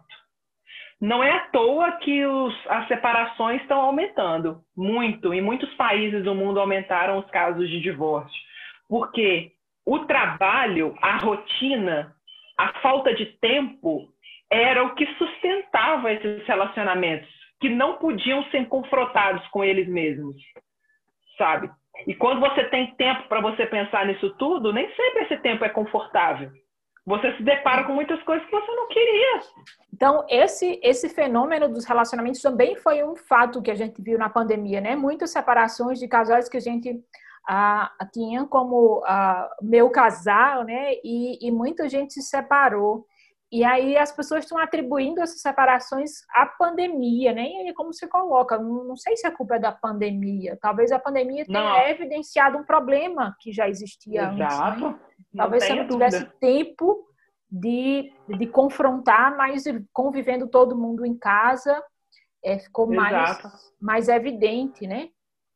Não é à toa que os, as separações estão aumentando muito. Em muitos países do mundo aumentaram os casos de divórcio. Porque o trabalho, a rotina, a falta de tempo era o que sustentava esses relacionamentos, que não podiam ser confrontados com eles mesmos, sabe? E quando você tem tempo para você pensar nisso tudo, nem sempre esse tempo é confortável. Você se depara com muitas coisas que você não queria. Então, esse, esse fenômeno dos relacionamentos também foi um fato que a gente viu na pandemia, né? Muitas separações de casais que a gente ah, tinha como ah, meu casal, né? E, e muita gente se separou. E aí as pessoas estão atribuindo essas separações à pandemia, né? E aí como você coloca, não, não sei se a culpa é da pandemia. Talvez a pandemia tenha Não. evidenciado um problema que já existia Exato. antes, né? Talvez você não dúvida. tivesse tempo de, de confrontar, mas convivendo todo mundo em casa, é, ficou mais, mais evidente, né?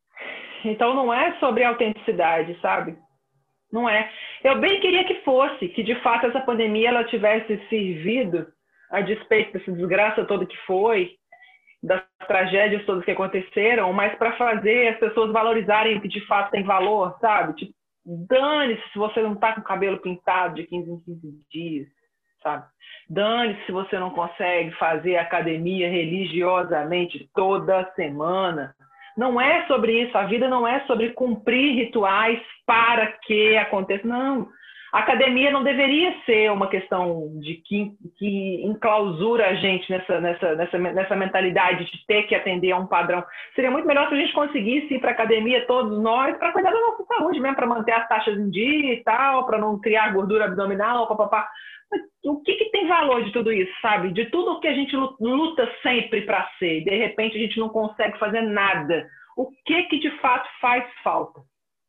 Então não é sobre autenticidade, sabe? Não é. Eu bem queria que fosse, que de fato essa pandemia ela tivesse servido, a despeito dessa desgraça toda que foi, das tragédias todas que aconteceram, mas para fazer as pessoas valorizarem o que de fato tem valor, sabe? Tipo, dane-se se você não tá com o cabelo pintado de quinze em quinze dias, sabe? Dane-se se você não consegue fazer academia religiosamente toda semana. Não é sobre isso. A vida não é sobre cumprir rituais para que aconteça. Não. A academia não deveria ser uma questão de que, que enclausura a gente nessa, nessa, nessa, nessa mentalidade de ter que atender a um padrão. Seria muito melhor se a gente conseguisse ir para a academia, todos nós, para cuidar da nossa saúde mesmo, para manter as taxas em dia e tal, para não criar gordura abdominal, papapá. Mas o que, que tem valor de tudo isso, sabe? De tudo o que a gente luta sempre para ser, de repente a gente não consegue fazer nada. O que que de fato faz falta?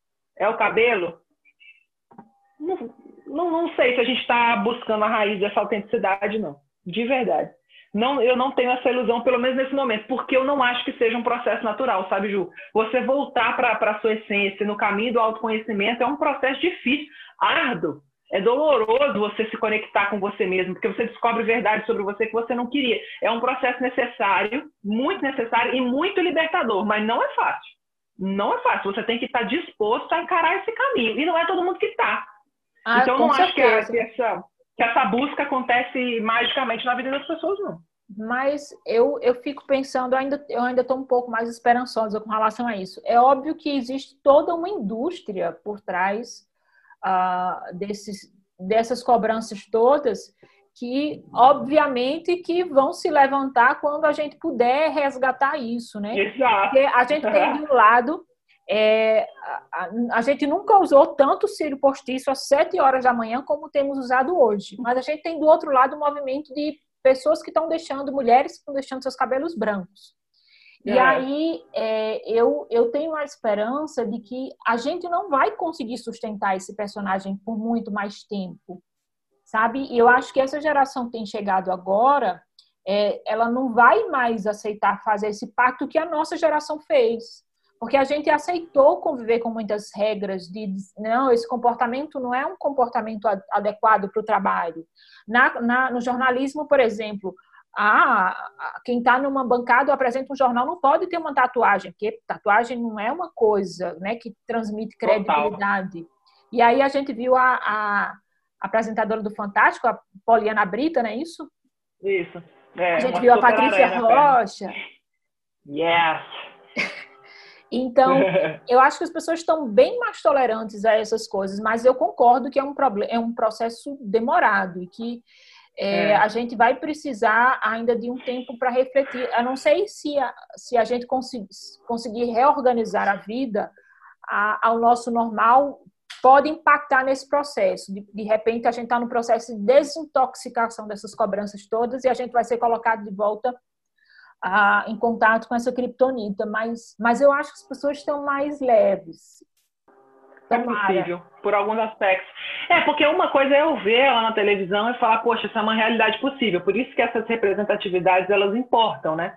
É o cabelo? Não, não, não sei se a gente está buscando a raiz dessa autenticidade, não. De verdade. Não, eu não tenho essa ilusão, pelo menos nesse momento, porque eu não acho que seja um processo natural, sabe, Ju? Você voltar para a sua essência, no caminho do autoconhecimento, é um processo difícil, árduo. É doloroso você se conectar com você mesmo, porque você descobre verdade sobre você que você não queria. É um processo necessário, muito necessário e muito libertador, mas não é fácil. Não é fácil. Você tem que estar disposto a encarar esse caminho. E não é todo mundo que está. Ah, então, eu não acho que, a, certeza. que, essa, que essa busca acontece magicamente na vida das pessoas, não. Mas eu, eu fico pensando, ainda, eu ainda estou um pouco mais esperançosa com relação a isso. É óbvio que existe toda uma indústria por trás Uh, desses, dessas cobranças todas, que obviamente que vão se levantar quando a gente puder resgatar isso, né? Exato. Porque a gente tem de um lado, é, a, a gente nunca usou tanto cílio postiço às sete horas da manhã como temos usado hoje, mas a gente tem do outro lado um movimento de pessoas que estão deixando, mulheres que estão deixando seus cabelos brancos. E é. aí, é, eu, eu tenho a esperança de que a gente não vai conseguir sustentar esse personagem por muito mais tempo, sabe? E eu acho que essa geração que tem chegado agora, é, ela não vai mais aceitar fazer esse pacto que a nossa geração fez. Porque a gente aceitou conviver com muitas regras de, não, esse comportamento não é um comportamento adequado para o trabalho. Na, na, no jornalismo, por exemplo, Ah, quem está numa bancada ou apresenta um jornal não pode ter uma tatuagem, porque tatuagem não é uma coisa, né, que transmite credibilidade. Total. E aí a gente viu a, a apresentadora do Fantástico, a Poliana Brita, não é isso? Isso. É, a gente viu a Patrícia Rocha. Yes! Então, eu acho que as pessoas estão bem mais tolerantes a essas coisas, mas eu concordo que é um, problema, é um processo demorado e que É, é. a gente vai precisar ainda de um tempo para refletir. Eu não sei se a, se a gente conseguir, conseguir reorganizar a vida a, ao nosso normal pode impactar nesse processo. De, de repente, a gente está no processo de desintoxicação dessas cobranças todas e a gente vai ser colocado de volta a, em contato com essa criptonita. Mas, mas eu acho que as pessoas estão mais leves. É possível, por alguns aspectos. É, porque uma coisa é eu ver ela na televisão e falar, poxa, essa é uma realidade possível. Por isso que essas representatividades, elas importam, né?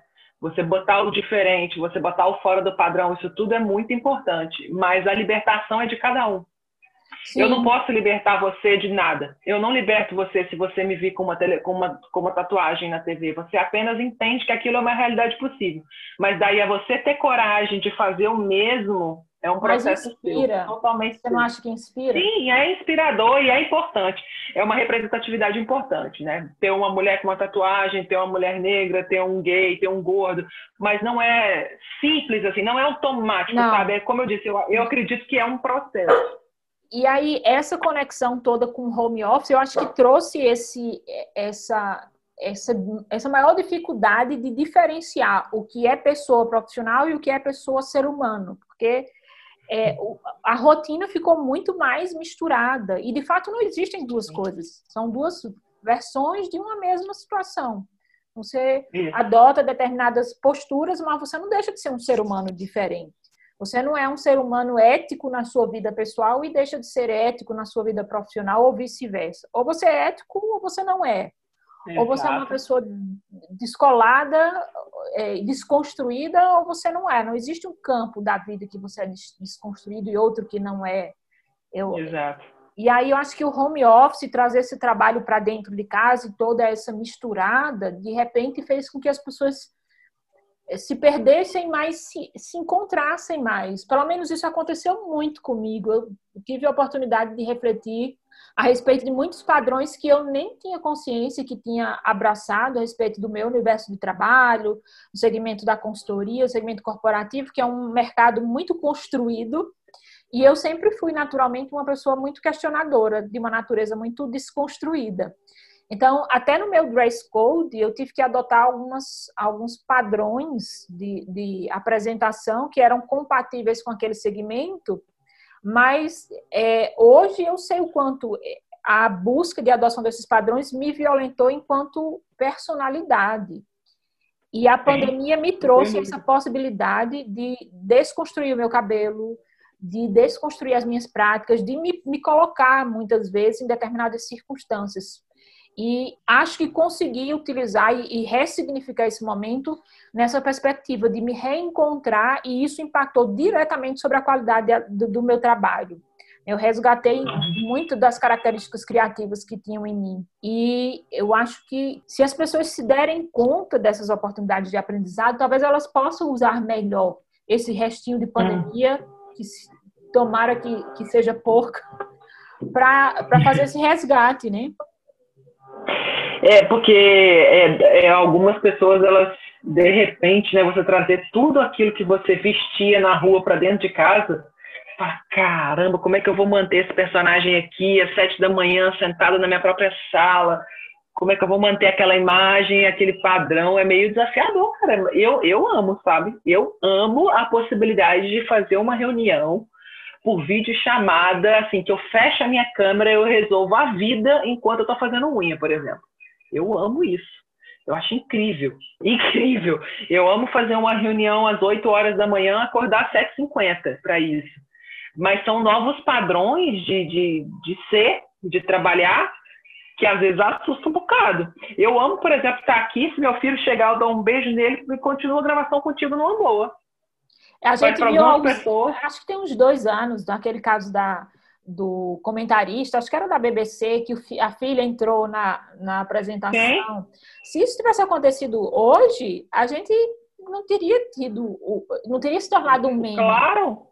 Você botar o diferente, você botar o fora do padrão, isso tudo é muito importante. Mas a libertação é de cada um. Sim. Eu não posso libertar você de nada. Eu não liberto você se você me vir com uma, tele, com, uma, com uma tatuagem na T V. Você apenas entende que aquilo é uma realidade possível. Mas daí é você ter coragem de fazer o mesmo, é um processo inspira. seu. Totalmente. Você não acha que inspira? Sim, é inspirador e é importante. É uma representatividade importante, né? Ter uma mulher com uma tatuagem, ter uma mulher negra, ter um gay, ter um gordo. Mas não é simples assim, não é automático, não. Sabe? É, como eu disse, eu, eu acredito que é um processo. E aí, essa conexão toda com o home office, eu acho que trouxe esse, essa, essa, essa maior dificuldade de diferenciar o que é pessoa profissional e o que é pessoa ser humano. Porque é, a rotina ficou muito mais misturada. E, de fato, não existem duas coisas. São duas versões de uma mesma situação. Você adota determinadas posturas, mas você não deixa de ser um ser humano diferente. Você não é um ser humano ético na sua vida pessoal e deixa de ser ético na sua vida profissional ou vice-versa. Ou você é ético ou você não é. Exato. Ou você é uma pessoa descolada, é, desconstruída, ou você não é. Não existe um campo da vida que você é desconstruído e outro que não é. Eu, Exato. E aí eu acho que o home office, trazer esse trabalho para dentro de casa e toda essa misturada, de repente fez com que as pessoas se perdessem mais, se, se encontrassem mais. Pelo menos isso aconteceu muito comigo. Eu tive a oportunidade de refletir a respeito de muitos padrões que eu nem tinha consciência que tinha abraçado a respeito do meu universo de trabalho, o segmento da consultoria, o segmento corporativo, que é um mercado muito construído. E eu sempre fui, naturalmente, uma pessoa muito questionadora, de uma natureza muito desconstruída. Então, até no meu dress code, eu tive que adotar algumas, alguns padrões de, de apresentação que eram compatíveis com aquele segmento, mas é, hoje eu sei o quanto a busca de adoção desses padrões me violentou enquanto personalidade. E a pandemia me trouxe essa possibilidade de desconstruir o meu cabelo, de desconstruir as minhas práticas, de me, me colocar, muitas vezes, em determinadas circunstâncias. E acho que consegui utilizar e ressignificar esse momento nessa perspectiva de me reencontrar, e isso impactou diretamente sobre a qualidade do meu trabalho. Eu resgatei muito das características criativas que tinham em mim. E eu acho que se as pessoas se derem conta dessas oportunidades de aprendizado, talvez elas possam usar melhor esse restinho de pandemia, que tomara que, que seja pouca, para fazer esse resgate, né? É, porque é, é, algumas pessoas, elas, de repente, né, você trazer tudo aquilo que você vestia na rua para dentro de casa, fala, caramba, como é que eu vou manter esse personagem aqui às sete da manhã, sentado na minha própria sala? Como é que eu vou manter aquela imagem, aquele padrão? É meio desafiador, cara. Eu, eu amo, sabe? Eu amo a possibilidade de fazer uma reunião por vídeo chamada, assim, que eu fecho a minha câmera e eu resolvo a vida enquanto eu tô fazendo unha, por exemplo. Eu amo isso. Eu acho incrível. Incrível. Eu amo fazer uma reunião às oito horas da manhã, acordar às sete e cinquenta para isso. Mas são novos padrões de, de, de ser, de trabalhar, que às vezes assusta um bocado. Eu amo, por exemplo, estar aqui, se meu filho chegar, eu dou um beijo nele e continuo a gravação contigo numa boa. A gente viu alguns, pessoas... acho que tem uns dois anos, naquele caso da, do comentarista, acho que era da B B C, que a filha entrou na, na apresentação. Sim. Se isso tivesse acontecido hoje, a gente não teria tido, não teria se tornado um meme. Claro,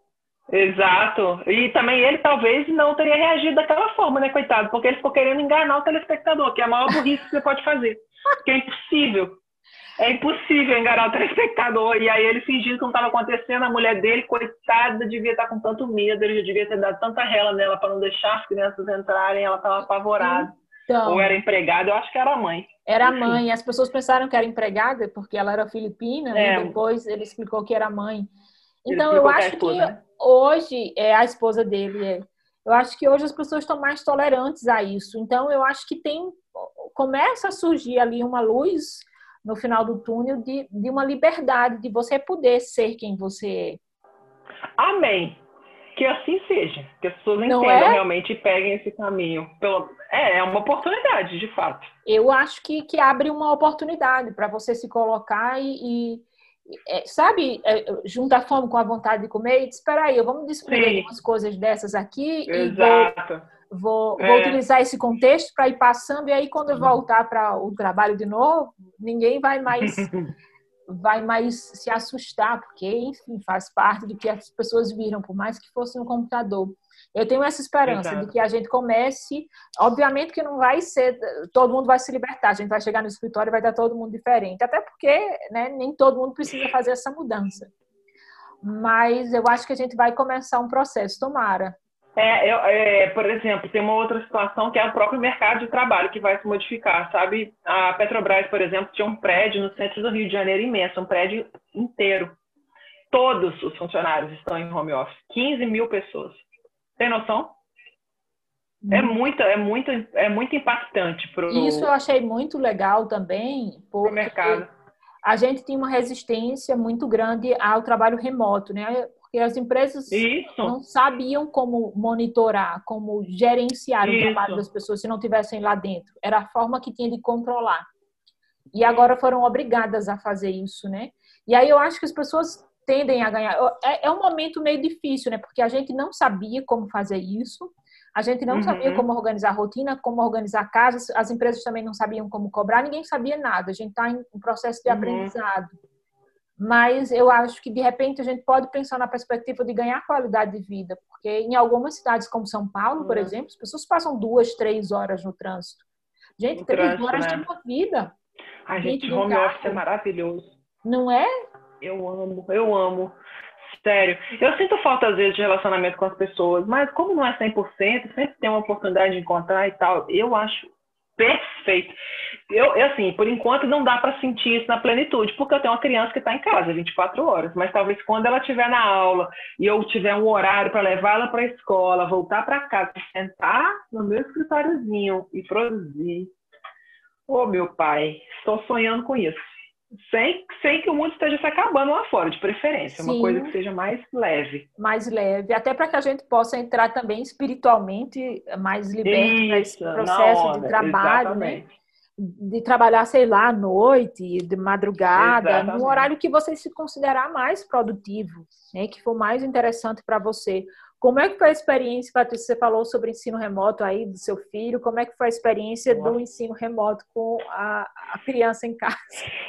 exato. E também ele talvez não teria reagido daquela forma, né, coitado? Porque ele ficou querendo enganar o telespectador, que é a maior burrice que você pode fazer. Porque é impossível. É impossível enganar o telespectador. E aí ele fingindo que não estava acontecendo, a mulher dele, coitada, devia estar com tanto medo, ele já devia ter dado tanta rela nela para não deixar as crianças entrarem, ela estava apavorada. Então, ou era empregada, eu acho que era a mãe. Era a mãe. As pessoas pensaram que era empregada, porque ela era filipina, é. E depois ele explicou que era mãe. Então, eu acho que, esposa, que né? hoje, é a esposa dele, é. Eu acho que hoje as pessoas estão mais tolerantes a isso. Então, eu acho que tem, começa a surgir ali uma luz no final do túnel de, de uma liberdade, de você poder ser quem você é. Amém. Que assim seja. Que as pessoas Não entendam é? realmente e peguem esse caminho. Pelo... É, é uma oportunidade, de fato. Eu acho que, que abre uma oportunidade para você se colocar e, e, é, sabe, é, junta a fome com a vontade de comer e diz, espera aí, vamos desprender Sim. umas coisas dessas aqui Exato. e vou, vou, É. vou utilizar esse contexto para ir passando e aí quando eu voltar para o trabalho de novo, ninguém vai mais, vai mais se assustar, porque, enfim, faz parte do que as pessoas viram, por mais que fosse no computador. Eu tenho essa esperança Exato. de que a gente comece, obviamente que não vai ser, todo mundo vai se libertar, a gente vai chegar no escritório e vai estar todo mundo diferente, até porque, né, nem todo mundo precisa fazer essa mudança. Mas eu acho que a gente vai começar um processo, tomara. É, eu, é, por exemplo, tem uma outra situação que é o próprio mercado de trabalho que vai se modificar, sabe? A Petrobras, por exemplo, tinha um prédio no centro do Rio de Janeiro imenso, um prédio inteiro. Todos os funcionários estão em home office, quinze mil pessoas. Tem noção? Hum. É muito, é muito, é muito impactante para o Isso eu achei muito legal também, porque mercado. A gente tinha uma resistência muito grande ao trabalho remoto, né? Porque as empresas Isso. não sabiam como monitorar, como gerenciar Isso. o trabalho das pessoas se não tivessem lá dentro. Era a forma que tinha de controlar. E agora foram obrigadas a fazer isso, né? E aí eu acho que as pessoas tendem a ganhar. É, é um momento meio difícil, né? Porque a gente não sabia como fazer isso, a gente não uhum. sabia como organizar a rotina, como organizar casas, as empresas também não sabiam como cobrar, ninguém sabia nada. A gente está em um processo de uhum. aprendizado. Mas eu acho que, de repente, a gente pode pensar na perspectiva de ganhar qualidade de vida, porque em algumas cidades como São Paulo, por uhum. exemplo, as pessoas passam duas, três horas no trânsito. Gente, no três trânsito, horas né? de uma vida. A gente, home office é maravilhoso. Não é? Eu amo, eu amo. Sério. Eu sinto falta, às vezes, de relacionamento com as pessoas, mas como não é cem por cento, sempre tem uma oportunidade de encontrar e tal, eu acho perfeito. Eu, eu assim, por enquanto, não dá para sentir isso na plenitude, porque eu tenho uma criança que está em casa vinte e quatro horas, mas talvez quando ela estiver na aula e eu tiver um horário para levar ela para a escola, voltar para casa, sentar no meu escritóriozinho e produzir. Ô, meu pai, estou sonhando com isso. Sem, sem que o mundo esteja se acabando lá fora, de preferência. Sim. Uma coisa que seja mais leve. Mais leve. Até para que a gente possa entrar também espiritualmente mais liberto nesse processo de trabalho, exatamente. Né? De trabalhar, sei lá, à noite, de madrugada, exatamente. Num horário que você se considerar mais produtivo, né? Que for mais interessante para você. Como é que foi a experiência, Patrícia? Você falou sobre ensino remoto aí do seu filho. Como é que foi a experiência Nossa. Do ensino remoto com a, a criança em casa?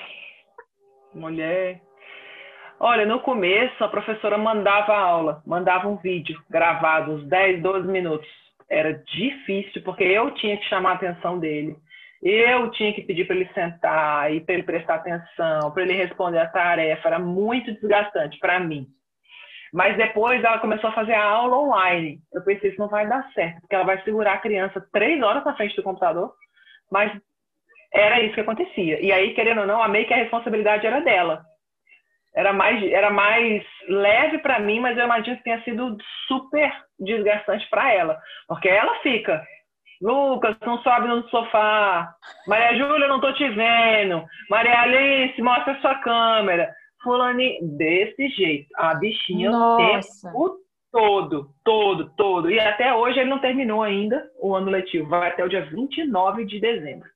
Mulher, olha, no começo a professora mandava a aula, mandava um vídeo gravado, uns dez, doze minutos. Era difícil, porque eu tinha que chamar a atenção dele. Eu tinha que pedir para ele sentar e para ele prestar atenção, para ele responder a tarefa. Era muito desgastante para mim. Mas depois ela começou a fazer a aula online. Eu pensei, isso não vai dar certo, porque ela vai segurar a criança três horas na frente do computador, mas era isso que acontecia. E aí, querendo ou não, amei que a responsabilidade era dela. Era mais, era mais leve para mim, mas eu imagino que tenha sido super desgastante para ela. Porque ela fica, Lucas, não sobe no sofá. Maria Júlia, não tô te vendo. Maria Alice, mostra a sua câmera. Fulani, desse jeito. A bichinha Nossa. O tempo todo, todo, todo. E até hoje ele não terminou ainda o ano letivo. Vai até o dia vinte e nove de dezembro.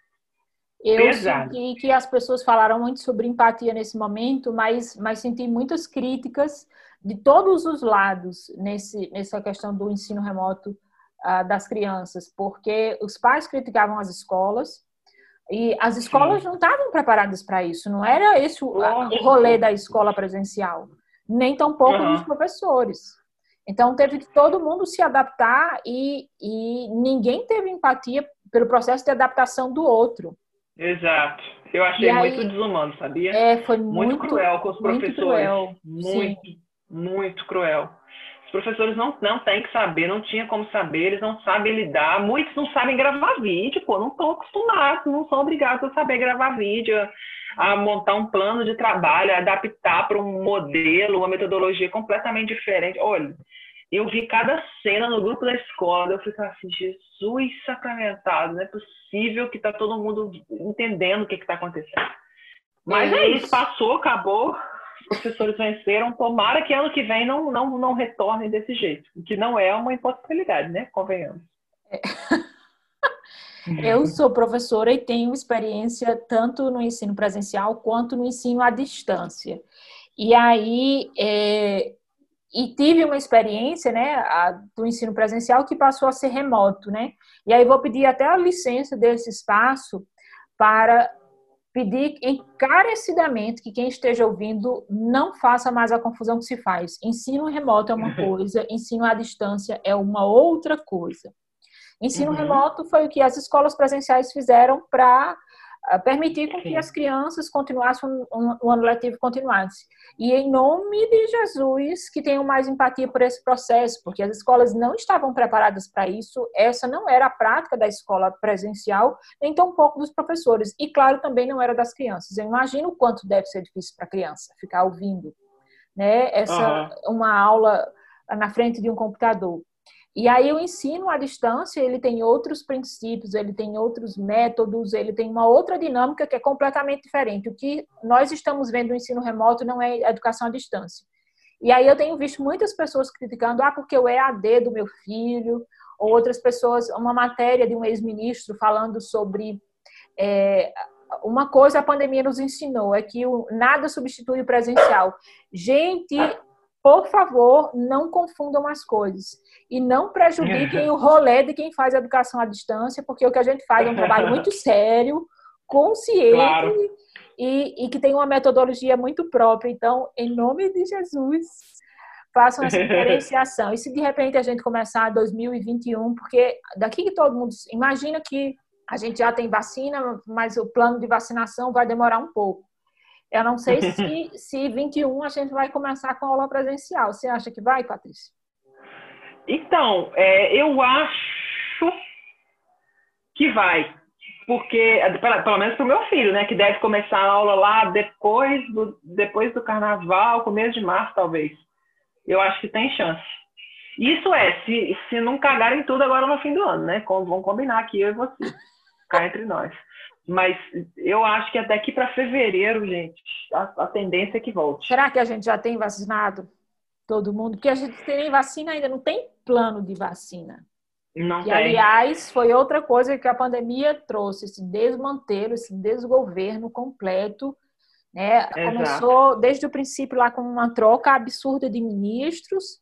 Eu Pesado. Senti que as pessoas falaram muito sobre empatia nesse momento, mas, mas senti muitas críticas de todos os lados nesse, nessa questão do ensino remoto uh, das crianças, porque os pais criticavam as escolas e as escolas Sim. não estavam preparadas para isso, não era esse o, o rolê da escola presencial, nem tampouco uhum. dos professores. Então, teve que todo mundo se adaptar e, e ninguém teve empatia pelo processo de adaptação do outro. Exato. Eu achei aí, muito desumano, sabia? É, foi muito, muito cruel com os muito professores. Cruel. Muito, Sim. muito cruel. Os professores não, não têm que saber, não tinha como saber, eles não sabem lidar. Muitos não sabem gravar vídeo, pô, não estão acostumados, não são obrigados a saber gravar vídeo, a montar um plano de trabalho, a adaptar para um modelo, uma metodologia completamente diferente. Olha, eu vi cada cena no grupo da escola, eu ficava assim, Jesus sacramentado, não é possível que tá todo mundo entendendo o que está acontecendo. Mas é, é isso, passou, acabou, os professores venceram, tomara que ano que vem não, não, não retornem desse jeito, que não é uma impossibilidade, né? Convenhamos. É. Eu sou professora e tenho experiência tanto no ensino presencial quanto no ensino à distância. E aí, é, e tive uma experiência, né, a, do ensino presencial que passou a ser remoto, né? E aí vou pedir até a licença desse espaço para pedir encarecidamente que quem esteja ouvindo não faça mais a confusão que se faz. Ensino remoto é uma coisa, ensino à distância é uma outra coisa. Ensino uhum. remoto foi o que as escolas presenciais fizeram para permitir com que as crianças continuassem o ano letivo continuasse. E em nome de Jesus, que tenham mais empatia por esse processo, porque as escolas não estavam preparadas para isso, essa não era a prática da escola presencial, nem tão pouco dos professores, e claro, também não era das crianças. Eu imagino o quanto deve ser difícil para a criança ficar ouvindo, né, essa, uhum. uma aula na frente de um computador. E aí o ensino à distância, ele tem outros princípios, ele tem outros métodos, ele tem uma outra dinâmica que é completamente diferente. O que nós estamos vendo no ensino remoto não é educação à distância. E aí eu tenho visto muitas pessoas criticando, ah, porque o E A D do meu filho, ou outras pessoas, uma matéria de um ex-ministro falando sobre... É, uma coisa a pandemia nos ensinou, é que o, nada substitui o presencial. Gente... Por favor, não confundam as coisas e não prejudiquem o rolê de quem faz educação à distância, porque o que a gente faz é um trabalho muito sério, consciente claro. e, e que tem uma metodologia muito própria. Então, em nome de Jesus, façam essa diferenciação. E se de repente a gente começar em dois mil e vinte e um, porque daqui que todo mundo... Imagina que a gente já tem vacina, mas o plano de vacinação vai demorar um pouco. Eu não sei se, se vinte e um a gente vai começar com a aula presencial. Você acha que vai, Patrícia? Então, é, eu acho que vai. Porque, pelo menos para o meu filho, né? Que deve começar a aula lá depois do, depois do carnaval, começo de março, talvez. Eu acho que tem chance. Isso é, se, se não cagarem tudo agora no fim do ano, né? Vamos combinar aqui, eu e você. Cá entre nós. Mas eu acho que até aqui para fevereiro, gente, a, a tendência é que volte. Será que a gente já tem vacinado todo mundo? Porque a gente tem vacina ainda, não tem plano de vacina. Não e, tem. aliás, foi outra coisa que a pandemia trouxe, esse desmantelo, esse desgoverno completo. Né? Começou desde o princípio lá com uma troca absurda de ministros.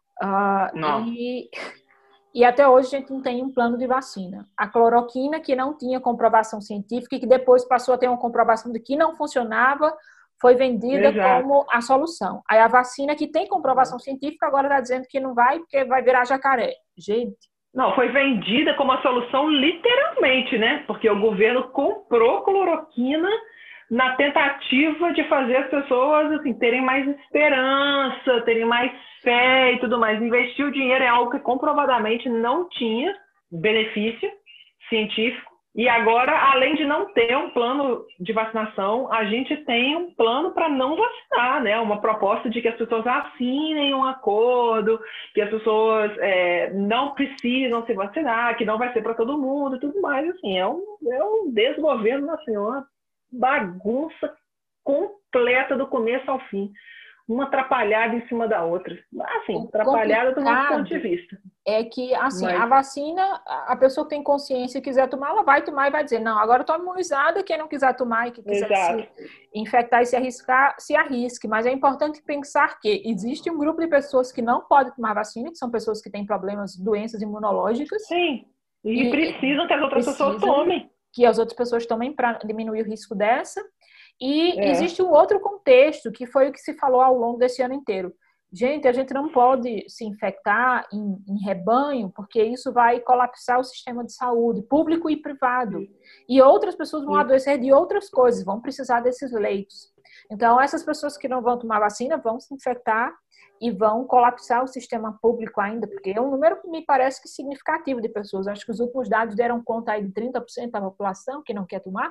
Uh, não. E... E até hoje a gente não tem um plano de vacina. A cloroquina, que não tinha comprovação científica e que depois passou a ter uma comprovação de que não funcionava, foi vendida Exato. Como a solução. Aí a vacina que tem comprovação científica agora está dizendo que não vai porque vai virar jacaré. Gente. Não, foi vendida como a solução literalmente, né? Porque o governo comprou cloroquina na tentativa de fazer as pessoas assim, terem mais esperança, terem mais fé e tudo mais. Investir o dinheiro em algo que comprovadamente não tinha benefício científico. E agora, além de não ter um plano de vacinação, a gente tem um plano para não vacinar, né? Uma proposta de que as pessoas assinem um acordo, que as pessoas é, não precisam se vacinar, que não vai ser para todo mundo e tudo mais. Assim, é um, é um desgoverno, assim, uma bagunça completa do começo ao fim. Uma atrapalhada em cima da outra. Assim, atrapalhada do nosso ponto de vista. É que, assim, Mas... a vacina, a pessoa que tem consciência e quiser tomar, ela vai tomar e vai dizer, não, agora eu estou imunizada, quem não quiser tomar e que quiser Exato. Se infectar e se arriscar, se arrisque. Mas é importante pensar que existe um grupo de pessoas que não podem tomar vacina, que são pessoas que têm problemas, doenças imunológicas. Sim, e, e precisam que as outras pessoas tomem. Que as outras pessoas tomem para diminuir o risco dessa. E é. existe um outro contexto, que foi o que se falou ao longo desse ano inteiro. Gente, a gente não pode se infectar em, em rebanho, porque isso vai colapsar o sistema de saúde, público e privado. E outras pessoas vão adoecer de outras coisas, vão precisar desses leitos. Então, essas pessoas que não vão tomar vacina vão se infectar e vão colapsar o sistema público ainda, porque é um número que me parece que significativo de pessoas. Acho que os últimos dados deram conta aí de trinta por cento da população que não quer tomar.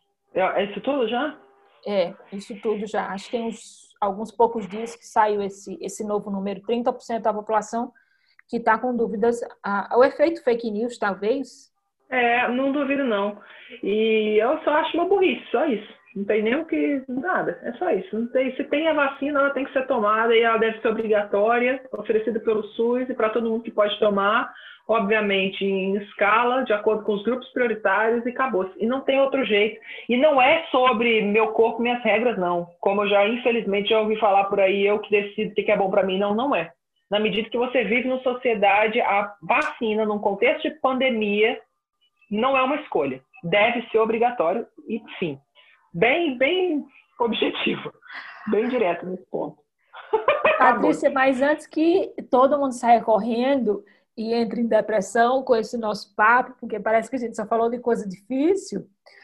É isso tudo já? É, isso tudo já. Acho que tem uns, alguns poucos dias que saiu esse, esse novo número, trinta por cento da população que está com dúvidas. Ah, o efeito fake news, talvez? É, não duvido não. E eu só acho uma burrice, só isso. Não tem nem o que... nada, é só isso. Não tem, se tem a vacina, ela tem que ser tomada e ela deve ser obrigatória, oferecida pelo SUS e para todo mundo que pode tomar. obviamente em escala, de acordo com os grupos prioritários e acabou. E não tem outro jeito. E não é sobre meu corpo, minhas regras, não. Como eu já, infelizmente, já ouvi falar por aí, eu que decido o que é bom para mim. Não, não é. Na medida que você vive numa sociedade, a vacina, num contexto de pandemia, não é uma escolha. Deve ser obrigatório e, sim, bem, bem objetivo, bem direto nesse ponto. Patrícia, mas antes que todo mundo saia correndo e entre em depressão com esse nosso papo, porque parece que a gente só falou de coisa difícil,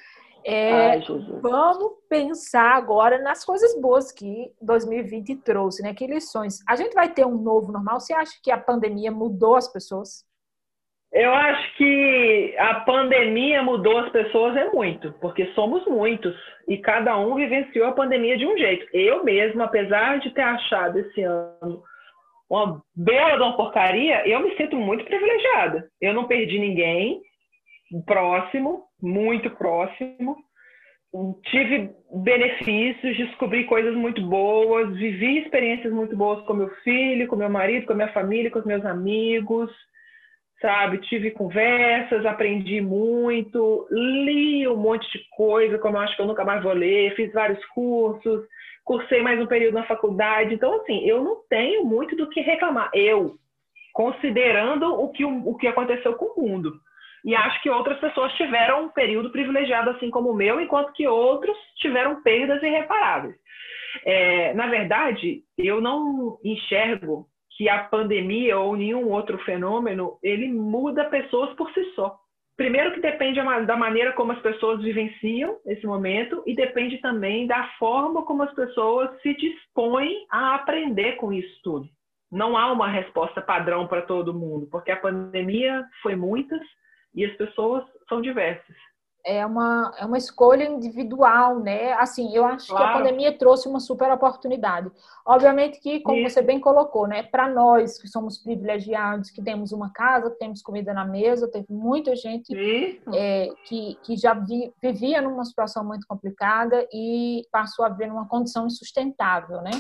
é, Ai, Jesus. Vamos pensar agora nas coisas boas que dois mil e vinte trouxe, né? Que lições. A gente vai ter um novo normal? Você acha que a pandemia mudou as pessoas? Eu acho que a pandemia mudou as pessoas é muito, porque somos muitos e cada um vivenciou a pandemia de um jeito. Eu mesma, apesar de ter achado esse ano uma bela de uma porcaria, eu me sinto muito privilegiada. Eu não perdi ninguém próximo, muito próximo. Tive benefícios, descobri coisas muito boas, vivi experiências muito boas com meu filho, com meu marido, com a minha família, com os meus amigos. Sabe, tive conversas, aprendi muito, li um monte de coisa, como eu acho que eu nunca mais vou ler, fiz vários cursos, cursei mais um período na faculdade. Então, assim, eu não tenho muito do que reclamar. Eu, considerando o que, o que aconteceu com o mundo. E acho que outras pessoas tiveram um período privilegiado assim como o meu, enquanto que outros tiveram perdas irreparáveis. É, na verdade, eu não enxergo que a pandemia ou nenhum outro fenômeno, ele muda pessoas por si só. Primeiro que depende da maneira como as pessoas vivenciam esse momento e depende também da forma como as pessoas se dispõem a aprender com isso tudo. Não há uma resposta padrão para todo mundo, porque a pandemia foi muitas e as pessoas são diversas. É uma, é uma escolha individual, né? Assim, eu acho claro. que a pandemia trouxe uma super oportunidade. Obviamente que, como Isso. você bem colocou, né? Para nós que somos privilegiados, que temos uma casa, que temos comida na mesa, teve muita gente é, que, que já vi, vivia numa situação muito complicada e passou a viver numa condição insustentável, né?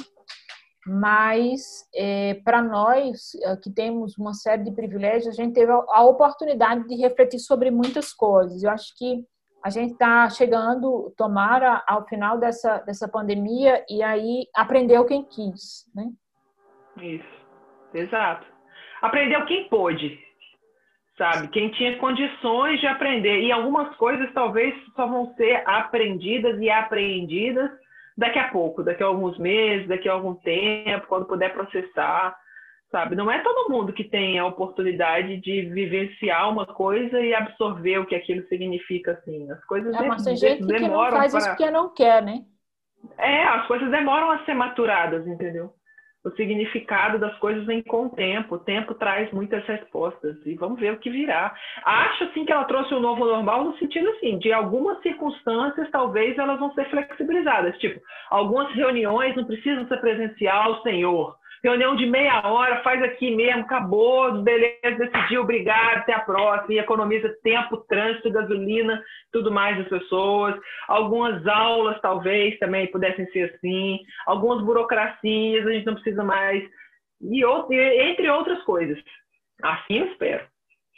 Mas, é, para nós, que temos uma série de privilégios, a gente teve a oportunidade de refletir sobre muitas coisas. Eu acho que a gente está chegando, tomara, ao final dessa, dessa pandemia e aí aprendeu quem quis, né? Isso, exato. Aprendeu quem pôde, sabe? Quem tinha condições de aprender. E algumas coisas talvez só vão ser aprendidas e apreendidas daqui a pouco, daqui a alguns meses, daqui a algum tempo, quando puder processar, sabe? Não é todo mundo que tem a oportunidade de vivenciar uma coisa e absorver o que aquilo significa, assim. As coisas é, mas de, tem gente demoram que não faz para... isso porque não quer, né? É, as coisas demoram a ser maturadas, entendeu? O significado das coisas vem com o tempo. O tempo traz muitas respostas. E vamos ver o que virá. Acho, assim, que ela trouxe um novo normal no sentido, assim, de algumas circunstâncias, talvez, elas vão ser flexibilizadas. Tipo, algumas reuniões não precisam ser presencial, senhor. Reunião de meia hora, faz aqui mesmo, acabou, beleza, decidiu, obrigado, até a próxima. E economiza tempo, trânsito, gasolina, tudo mais das pessoas. Algumas aulas, talvez, também pudessem ser assim. Algumas burocracias, a gente não precisa mais. E, entre outras coisas. Assim eu espero.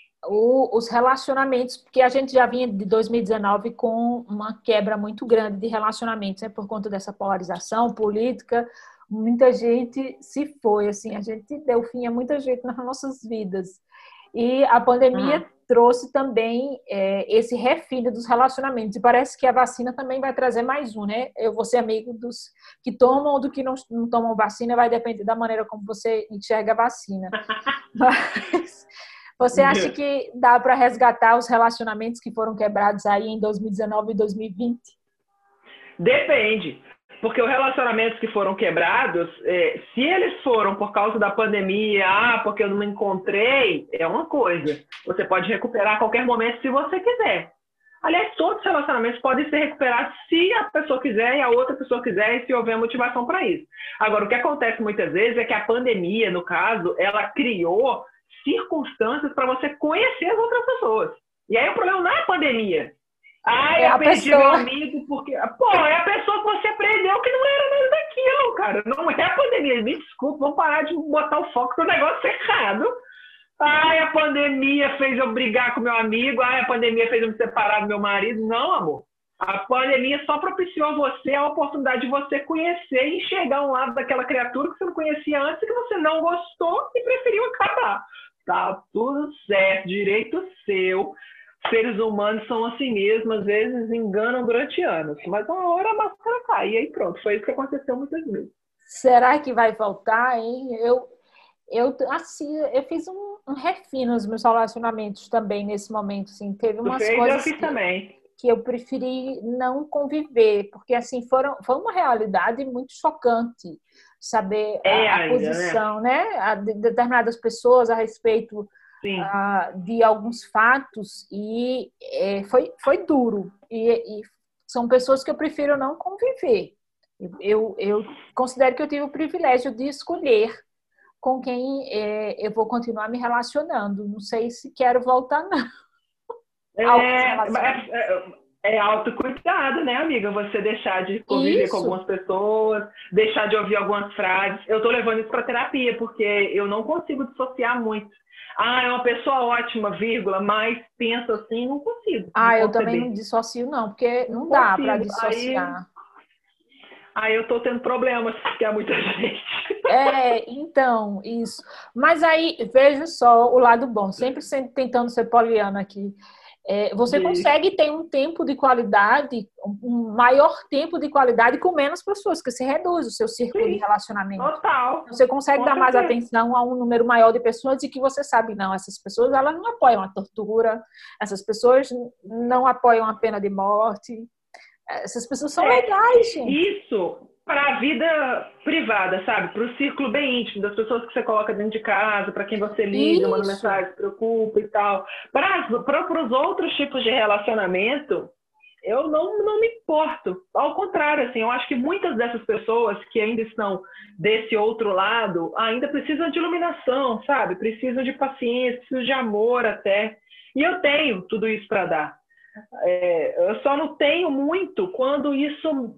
O, os relacionamentos, porque a gente já vinha de dois mil e dezenove com uma quebra muito grande de relacionamentos, né, por conta dessa polarização política. Muita gente se foi, assim, a gente deu fim a muita gente nas nossas vidas. E a pandemia uhum. trouxe também é, esse refilho dos relacionamentos. E parece que a vacina também vai trazer mais um, né? Eu vou ser amigo dos que tomam ou do que não, não tomam vacina, vai depender da maneira como você enxerga a vacina. Mas você acha que dá para resgatar os relacionamentos que foram quebrados aí em dois mil e dezenove e dois mil e vinte? Depende. Porque os relacionamentos que foram quebrados, é, se eles foram por causa da pandemia, ah, porque eu não me encontrei, é uma coisa. Você pode recuperar a qualquer momento se você quiser. Aliás, todos os relacionamentos podem ser recuperados se a pessoa quiser e a outra pessoa quiser e se houver motivação para isso. Agora, o que acontece muitas vezes é que a pandemia, no caso, ela criou circunstâncias para você conhecer as outras pessoas. E aí o problema não é a pandemia. Ah, é eu perdi pessoa. meu amigo porque... Pô, é a pessoa que você aprendeu que não era nada daquilo, cara. Não é a pandemia. Me desculpa, vamos parar de botar o foco no negócio errado. Ai, a pandemia fez eu brigar com meu amigo. Ai, a pandemia fez eu me separar do meu marido. Não, amor. A pandemia só propiciou a você a oportunidade de você conhecer e enxergar um lado daquela criatura que você não conhecia antes e que você não gostou e preferiu acabar. Tá tudo certo, direito seu. Seres humanos são assim mesmo, às vezes enganam durante anos. Mas uma hora a máscara cai. E aí pronto, foi isso que aconteceu muitas vezes. Será que vai voltar, hein? Eu, eu, assim, eu fiz um, um refino nos meus relacionamentos também nesse momento. Assim. Teve Tu umas fez, coisas eu fiz que, também. que eu preferi não conviver, porque assim foram, foi uma realidade muito chocante saber É a, a ainda, né? posição, né, a de determinadas pessoas a respeito Sim. uh, de alguns fatos e é, foi, foi duro. E, e são pessoas que eu prefiro não conviver. Eu, eu considero que eu tive o privilégio de escolher com quem é, eu vou continuar me relacionando. Não sei se quero voltar, não. É, é, é autocuidado, né, amiga? Você deixar de conviver Isso. com algumas pessoas, deixar de ouvir algumas frases. Eu tô levando isso para terapia, porque eu não consigo dissociar muito. Ah, é uma pessoa ótima, vírgula, mas pensa assim, não consigo. Ah, eu também não dissocio, não, porque não, não dá para dissociar. Aí, aí eu tô tendo problemas, porque há muita gente. É, então, isso. Mas aí, veja só o lado bom, sempre, sempre tentando ser poliana aqui. É, você consegue ter um tempo de qualidade, um maior tempo de qualidade com menos pessoas, que se reduz o seu círculo Sim, de relacionamento. Total. Você consegue Com dar mais certeza. atenção a um número maior de pessoas e que você sabe, não, essas pessoas elas não apoiam a tortura, essas pessoas não apoiam a pena de morte, essas pessoas são é, legais, gente. Isso para a vida privada, sabe? Para o círculo bem íntimo, das pessoas que você coloca dentro de casa, para quem você liga, Isso. manda mensagem, se preocupa e tal. Para os outros tipos de relacionamento, eu não, não me importo. Ao contrário, assim, eu acho que muitas dessas pessoas que ainda estão desse outro lado, ainda precisam de iluminação, sabe? Precisam de paciência, precisam de amor até. E eu tenho tudo isso para dar. É, eu só não tenho muito quando isso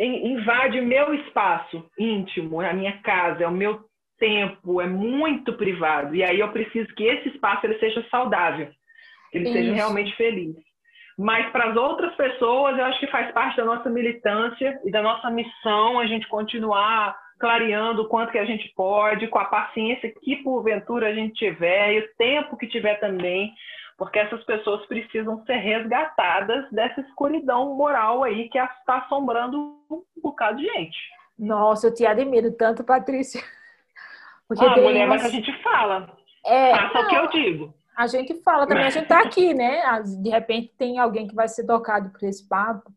invade meu espaço íntimo, a minha casa, é o meu tempo, é muito privado. E aí eu preciso que esse espaço ele seja saudável, que ele isso. seja realmente feliz. Mas para as outras pessoas, eu acho que faz parte da nossa militância e da nossa missão a gente continuar clareando o quanto que a gente pode, com a paciência que porventura a gente tiver e o tempo que tiver também, porque essas pessoas precisam ser resgatadas dessa escuridão moral aí que está assombrando um bocado de gente. Nossa, eu te admiro tanto, Patrícia. Porque ah, mulher, umas... mas a gente fala. É, Faça não, o que eu digo. A gente fala também, a gente está aqui, né? De repente tem alguém que vai ser tocado por esse papo,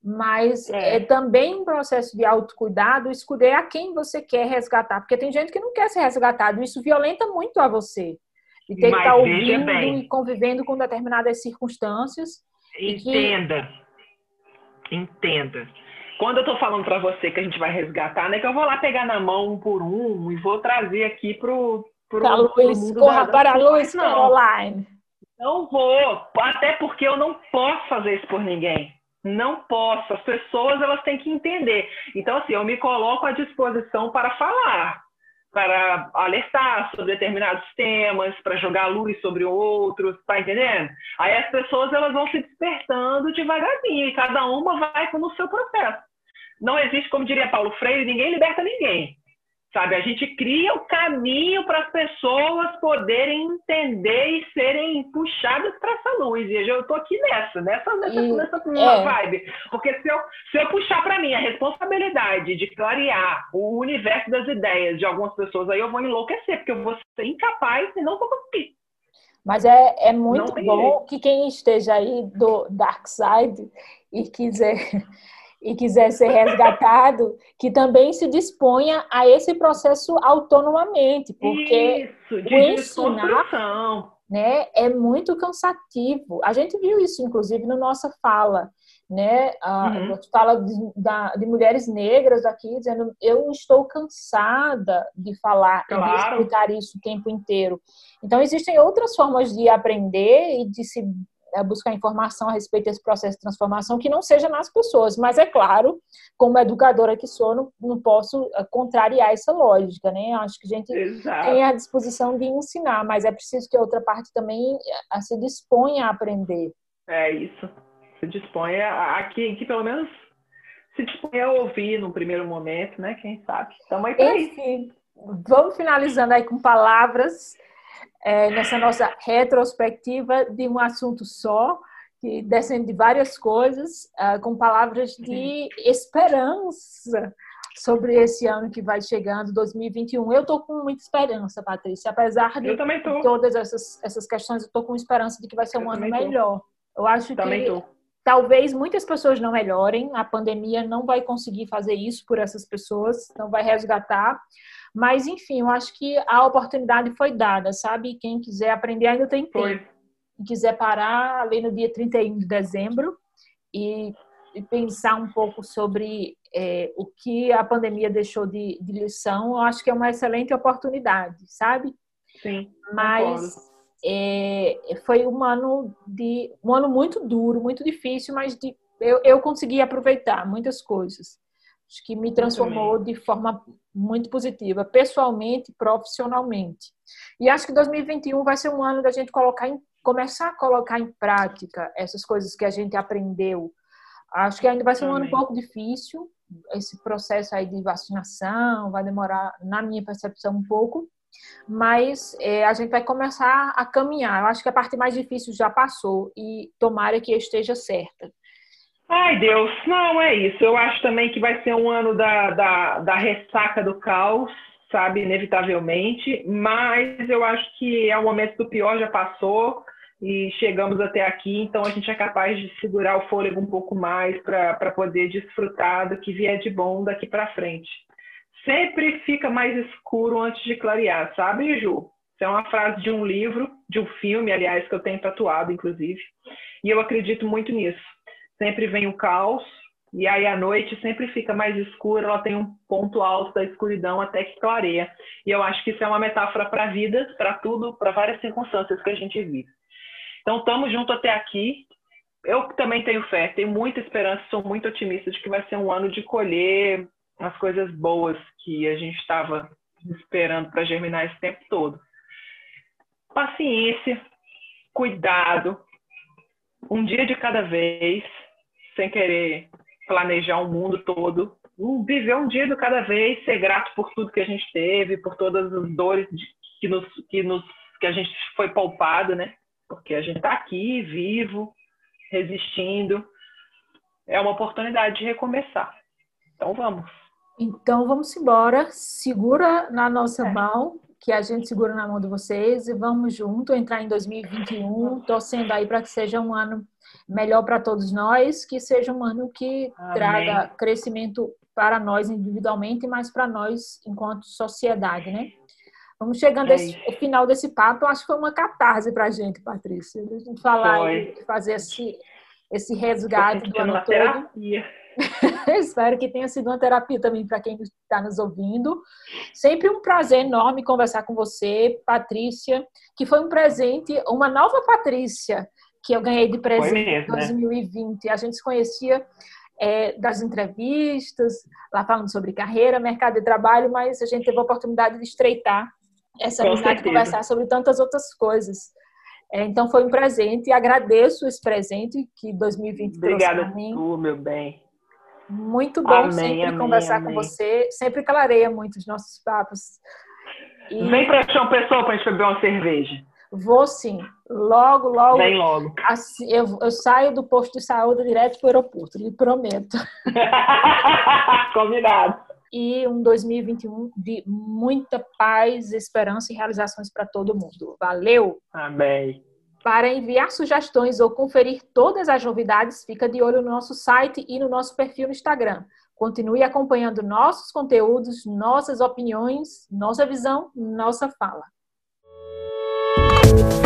mas é, é também um processo de autocuidado escolher a quem você quer resgatar, porque tem gente que não quer ser resgatado, isso violenta muito a você. E ter que estar ouvindo e convivendo com determinadas circunstâncias. Entenda. Que... Entenda. Quando eu estou falando para você que a gente vai resgatar, não é que eu vou lá pegar na mão um por um e vou trazer aqui pro, pro, para pro Luiz, mundo corra da, para da... Luiz não. Caroline. Não vou, até porque eu não posso fazer isso por ninguém. Não posso. As pessoas elas têm que entender. Então, assim, eu me coloco à disposição para falar, para alertar sobre determinados temas, para jogar luz sobre outros, tá entendendo? Aí as pessoas elas vão se despertando devagarzinho e cada uma vai no seu processo. Não existe, como diria Paulo Freire, ninguém liberta ninguém. Sabe? A gente cria o caminho para as pessoas poderem entender e serem puxadas para essa luz. E eu estou aqui nessa, nessa, nessa, e, nessa é. vibe. Porque se eu, se eu puxar para mim a responsabilidade de clarear o universo das ideias de algumas pessoas, aí eu vou enlouquecer, porque eu vou ser incapaz e não vou conseguir. Mas é, é muito bom jeito. Que quem esteja aí do Dark Side e quiser... e quiser ser resgatado, que também se disponha a esse processo autonomamente, porque isso, de o ensinar, né, é muito cansativo. A gente viu isso, inclusive, na nossa fala, né? A uhum. gente fala de, da, de mulheres negras aqui, dizendo, eu estou cansada de falar claro. e de explicar isso o tempo inteiro. Então, existem outras formas de aprender e de se é, buscar informação a respeito desse processo de transformação que não seja nas pessoas. Mas, é claro, como educadora que sou, não, não posso contrariar essa lógica, né? Acho que a gente Exato. tem a disposição de ensinar, mas é preciso que a outra parte também a, se disponha a aprender. É isso. Se disponha a, a que, que pelo menos se disponha a ouvir no primeiro momento, né? Quem sabe? Estamos aí para isso. Enfim, vamos finalizando aí com palavras é, nessa nossa retrospectiva de um assunto só, que descende de várias coisas, uh, com palavras de esperança sobre esse ano que vai chegando, dois mil e vinte e um. Eu estou com muita esperança, Patrícia, apesar de todas essas, essas questões, eu estou com esperança de que vai ser um eu ano melhor. Tô. Eu acho também que tô. Talvez muitas pessoas não melhorem, a pandemia não vai conseguir fazer isso por essas pessoas, não vai resgatar, mas enfim, eu acho que a oportunidade foi dada, sabe? Quem quiser aprender ainda tem tempo. Foi. Quem quiser parar ali no dia trinta e um de dezembro e, e pensar um pouco sobre é, o que a pandemia deixou de, de lição, eu acho que é uma excelente oportunidade, sabe? Sim, mas concordo. É, foi um ano de um ano muito duro, muito difícil, mas de, eu, eu consegui aproveitar muitas coisas. Acho que me transformou de forma muito positiva, pessoalmente e profissionalmente. E acho que dois mil e vinte e um vai ser um ano da gente colocar em, começar a colocar em prática essas coisas que a gente aprendeu. Acho que ainda vai ser um ano um pouco difícil, esse processo aí de vacinação vai demorar, na minha percepção, um pouco, mas é, a gente vai começar a caminhar. Eu acho que a parte mais difícil já passou e tomara que eu esteja certa. Ai, Deus, não é isso. Eu acho também que vai ser um ano da, da, da ressaca do caos, sabe, inevitavelmente, mas eu acho que é o momento do pior já passou e chegamos até aqui, então a gente é capaz de segurar o fôlego um pouco mais para poder desfrutar do que vier de bom daqui para frente. Sempre fica mais escuro antes de clarear, sabe, Ju? Isso é uma frase de um livro, de um filme, aliás, que eu tenho tatuado, inclusive, e eu acredito muito nisso. Sempre vem o caos, e aí a noite sempre fica mais escura, ela tem um ponto alto da escuridão até que clareia. E eu acho que isso é uma metáfora para a vida, para tudo, para várias circunstâncias que a gente vive. Então, estamos juntos até aqui. Eu também tenho fé, tenho muita esperança, sou muito otimista de que vai ser um ano de colher as coisas boas que a gente estava esperando para germinar esse tempo todo. Paciência, cuidado, um dia de cada vez, sem querer planejar o mundo todo, viver um dia de cada vez, ser grato por tudo que a gente teve, por todas as dores que, nos, que, nos, que a gente foi poupado, né? Porque a gente está aqui, vivo, resistindo. É uma oportunidade de recomeçar. Então, vamos. Então, vamos embora. Segura na nossa é. mão, que a gente segura na mão de vocês, e vamos junto entrar em dois mil e vinte e um, torcendo aí para que seja um ano melhor para todos nós, que seja um ano que Amém. Traga crescimento para nós individualmente, mas para nós enquanto sociedade, né? Vamos chegando é ao final desse papo. Eu acho que foi uma catarse para a gente, Patrícia. A gente falar e fazer esse, esse resgate do ano todo. Terapia. Espero que tenha sido uma terapia também para quem está nos ouvindo. Sempre um prazer enorme conversar com você, Patrícia, que foi um presente, uma nova Patrícia que eu ganhei de presente em dois mil e vinte. Né? A gente se conhecia é, das entrevistas, lá falando sobre carreira, mercado de trabalho, mas a gente teve a oportunidade de estreitar essa amizade e conversar sobre tantas outras coisas. É, então foi um presente e agradeço esse presente que dois mil e vinte Obrigada trouxe para mim. Tu, meu bem. Muito bom amém, sempre amém, conversar amém. com você. Sempre clareia muito os nossos papos. E vem para Chão Pessoa para a gente beber uma cerveja. Vou sim. Logo, logo. Vem logo. Assim, eu, eu saio do posto de saúde direto para o aeroporto, lhe prometo. Combinado. E um dois mil e vinte e um de muita paz, esperança e realizações para todo mundo. Valeu! Amém. Para enviar sugestões ou conferir todas as novidades, fica de olho no nosso site e no nosso perfil no Instagram. Continue acompanhando nossos conteúdos, nossas opiniões, nossa visão, nossa fala.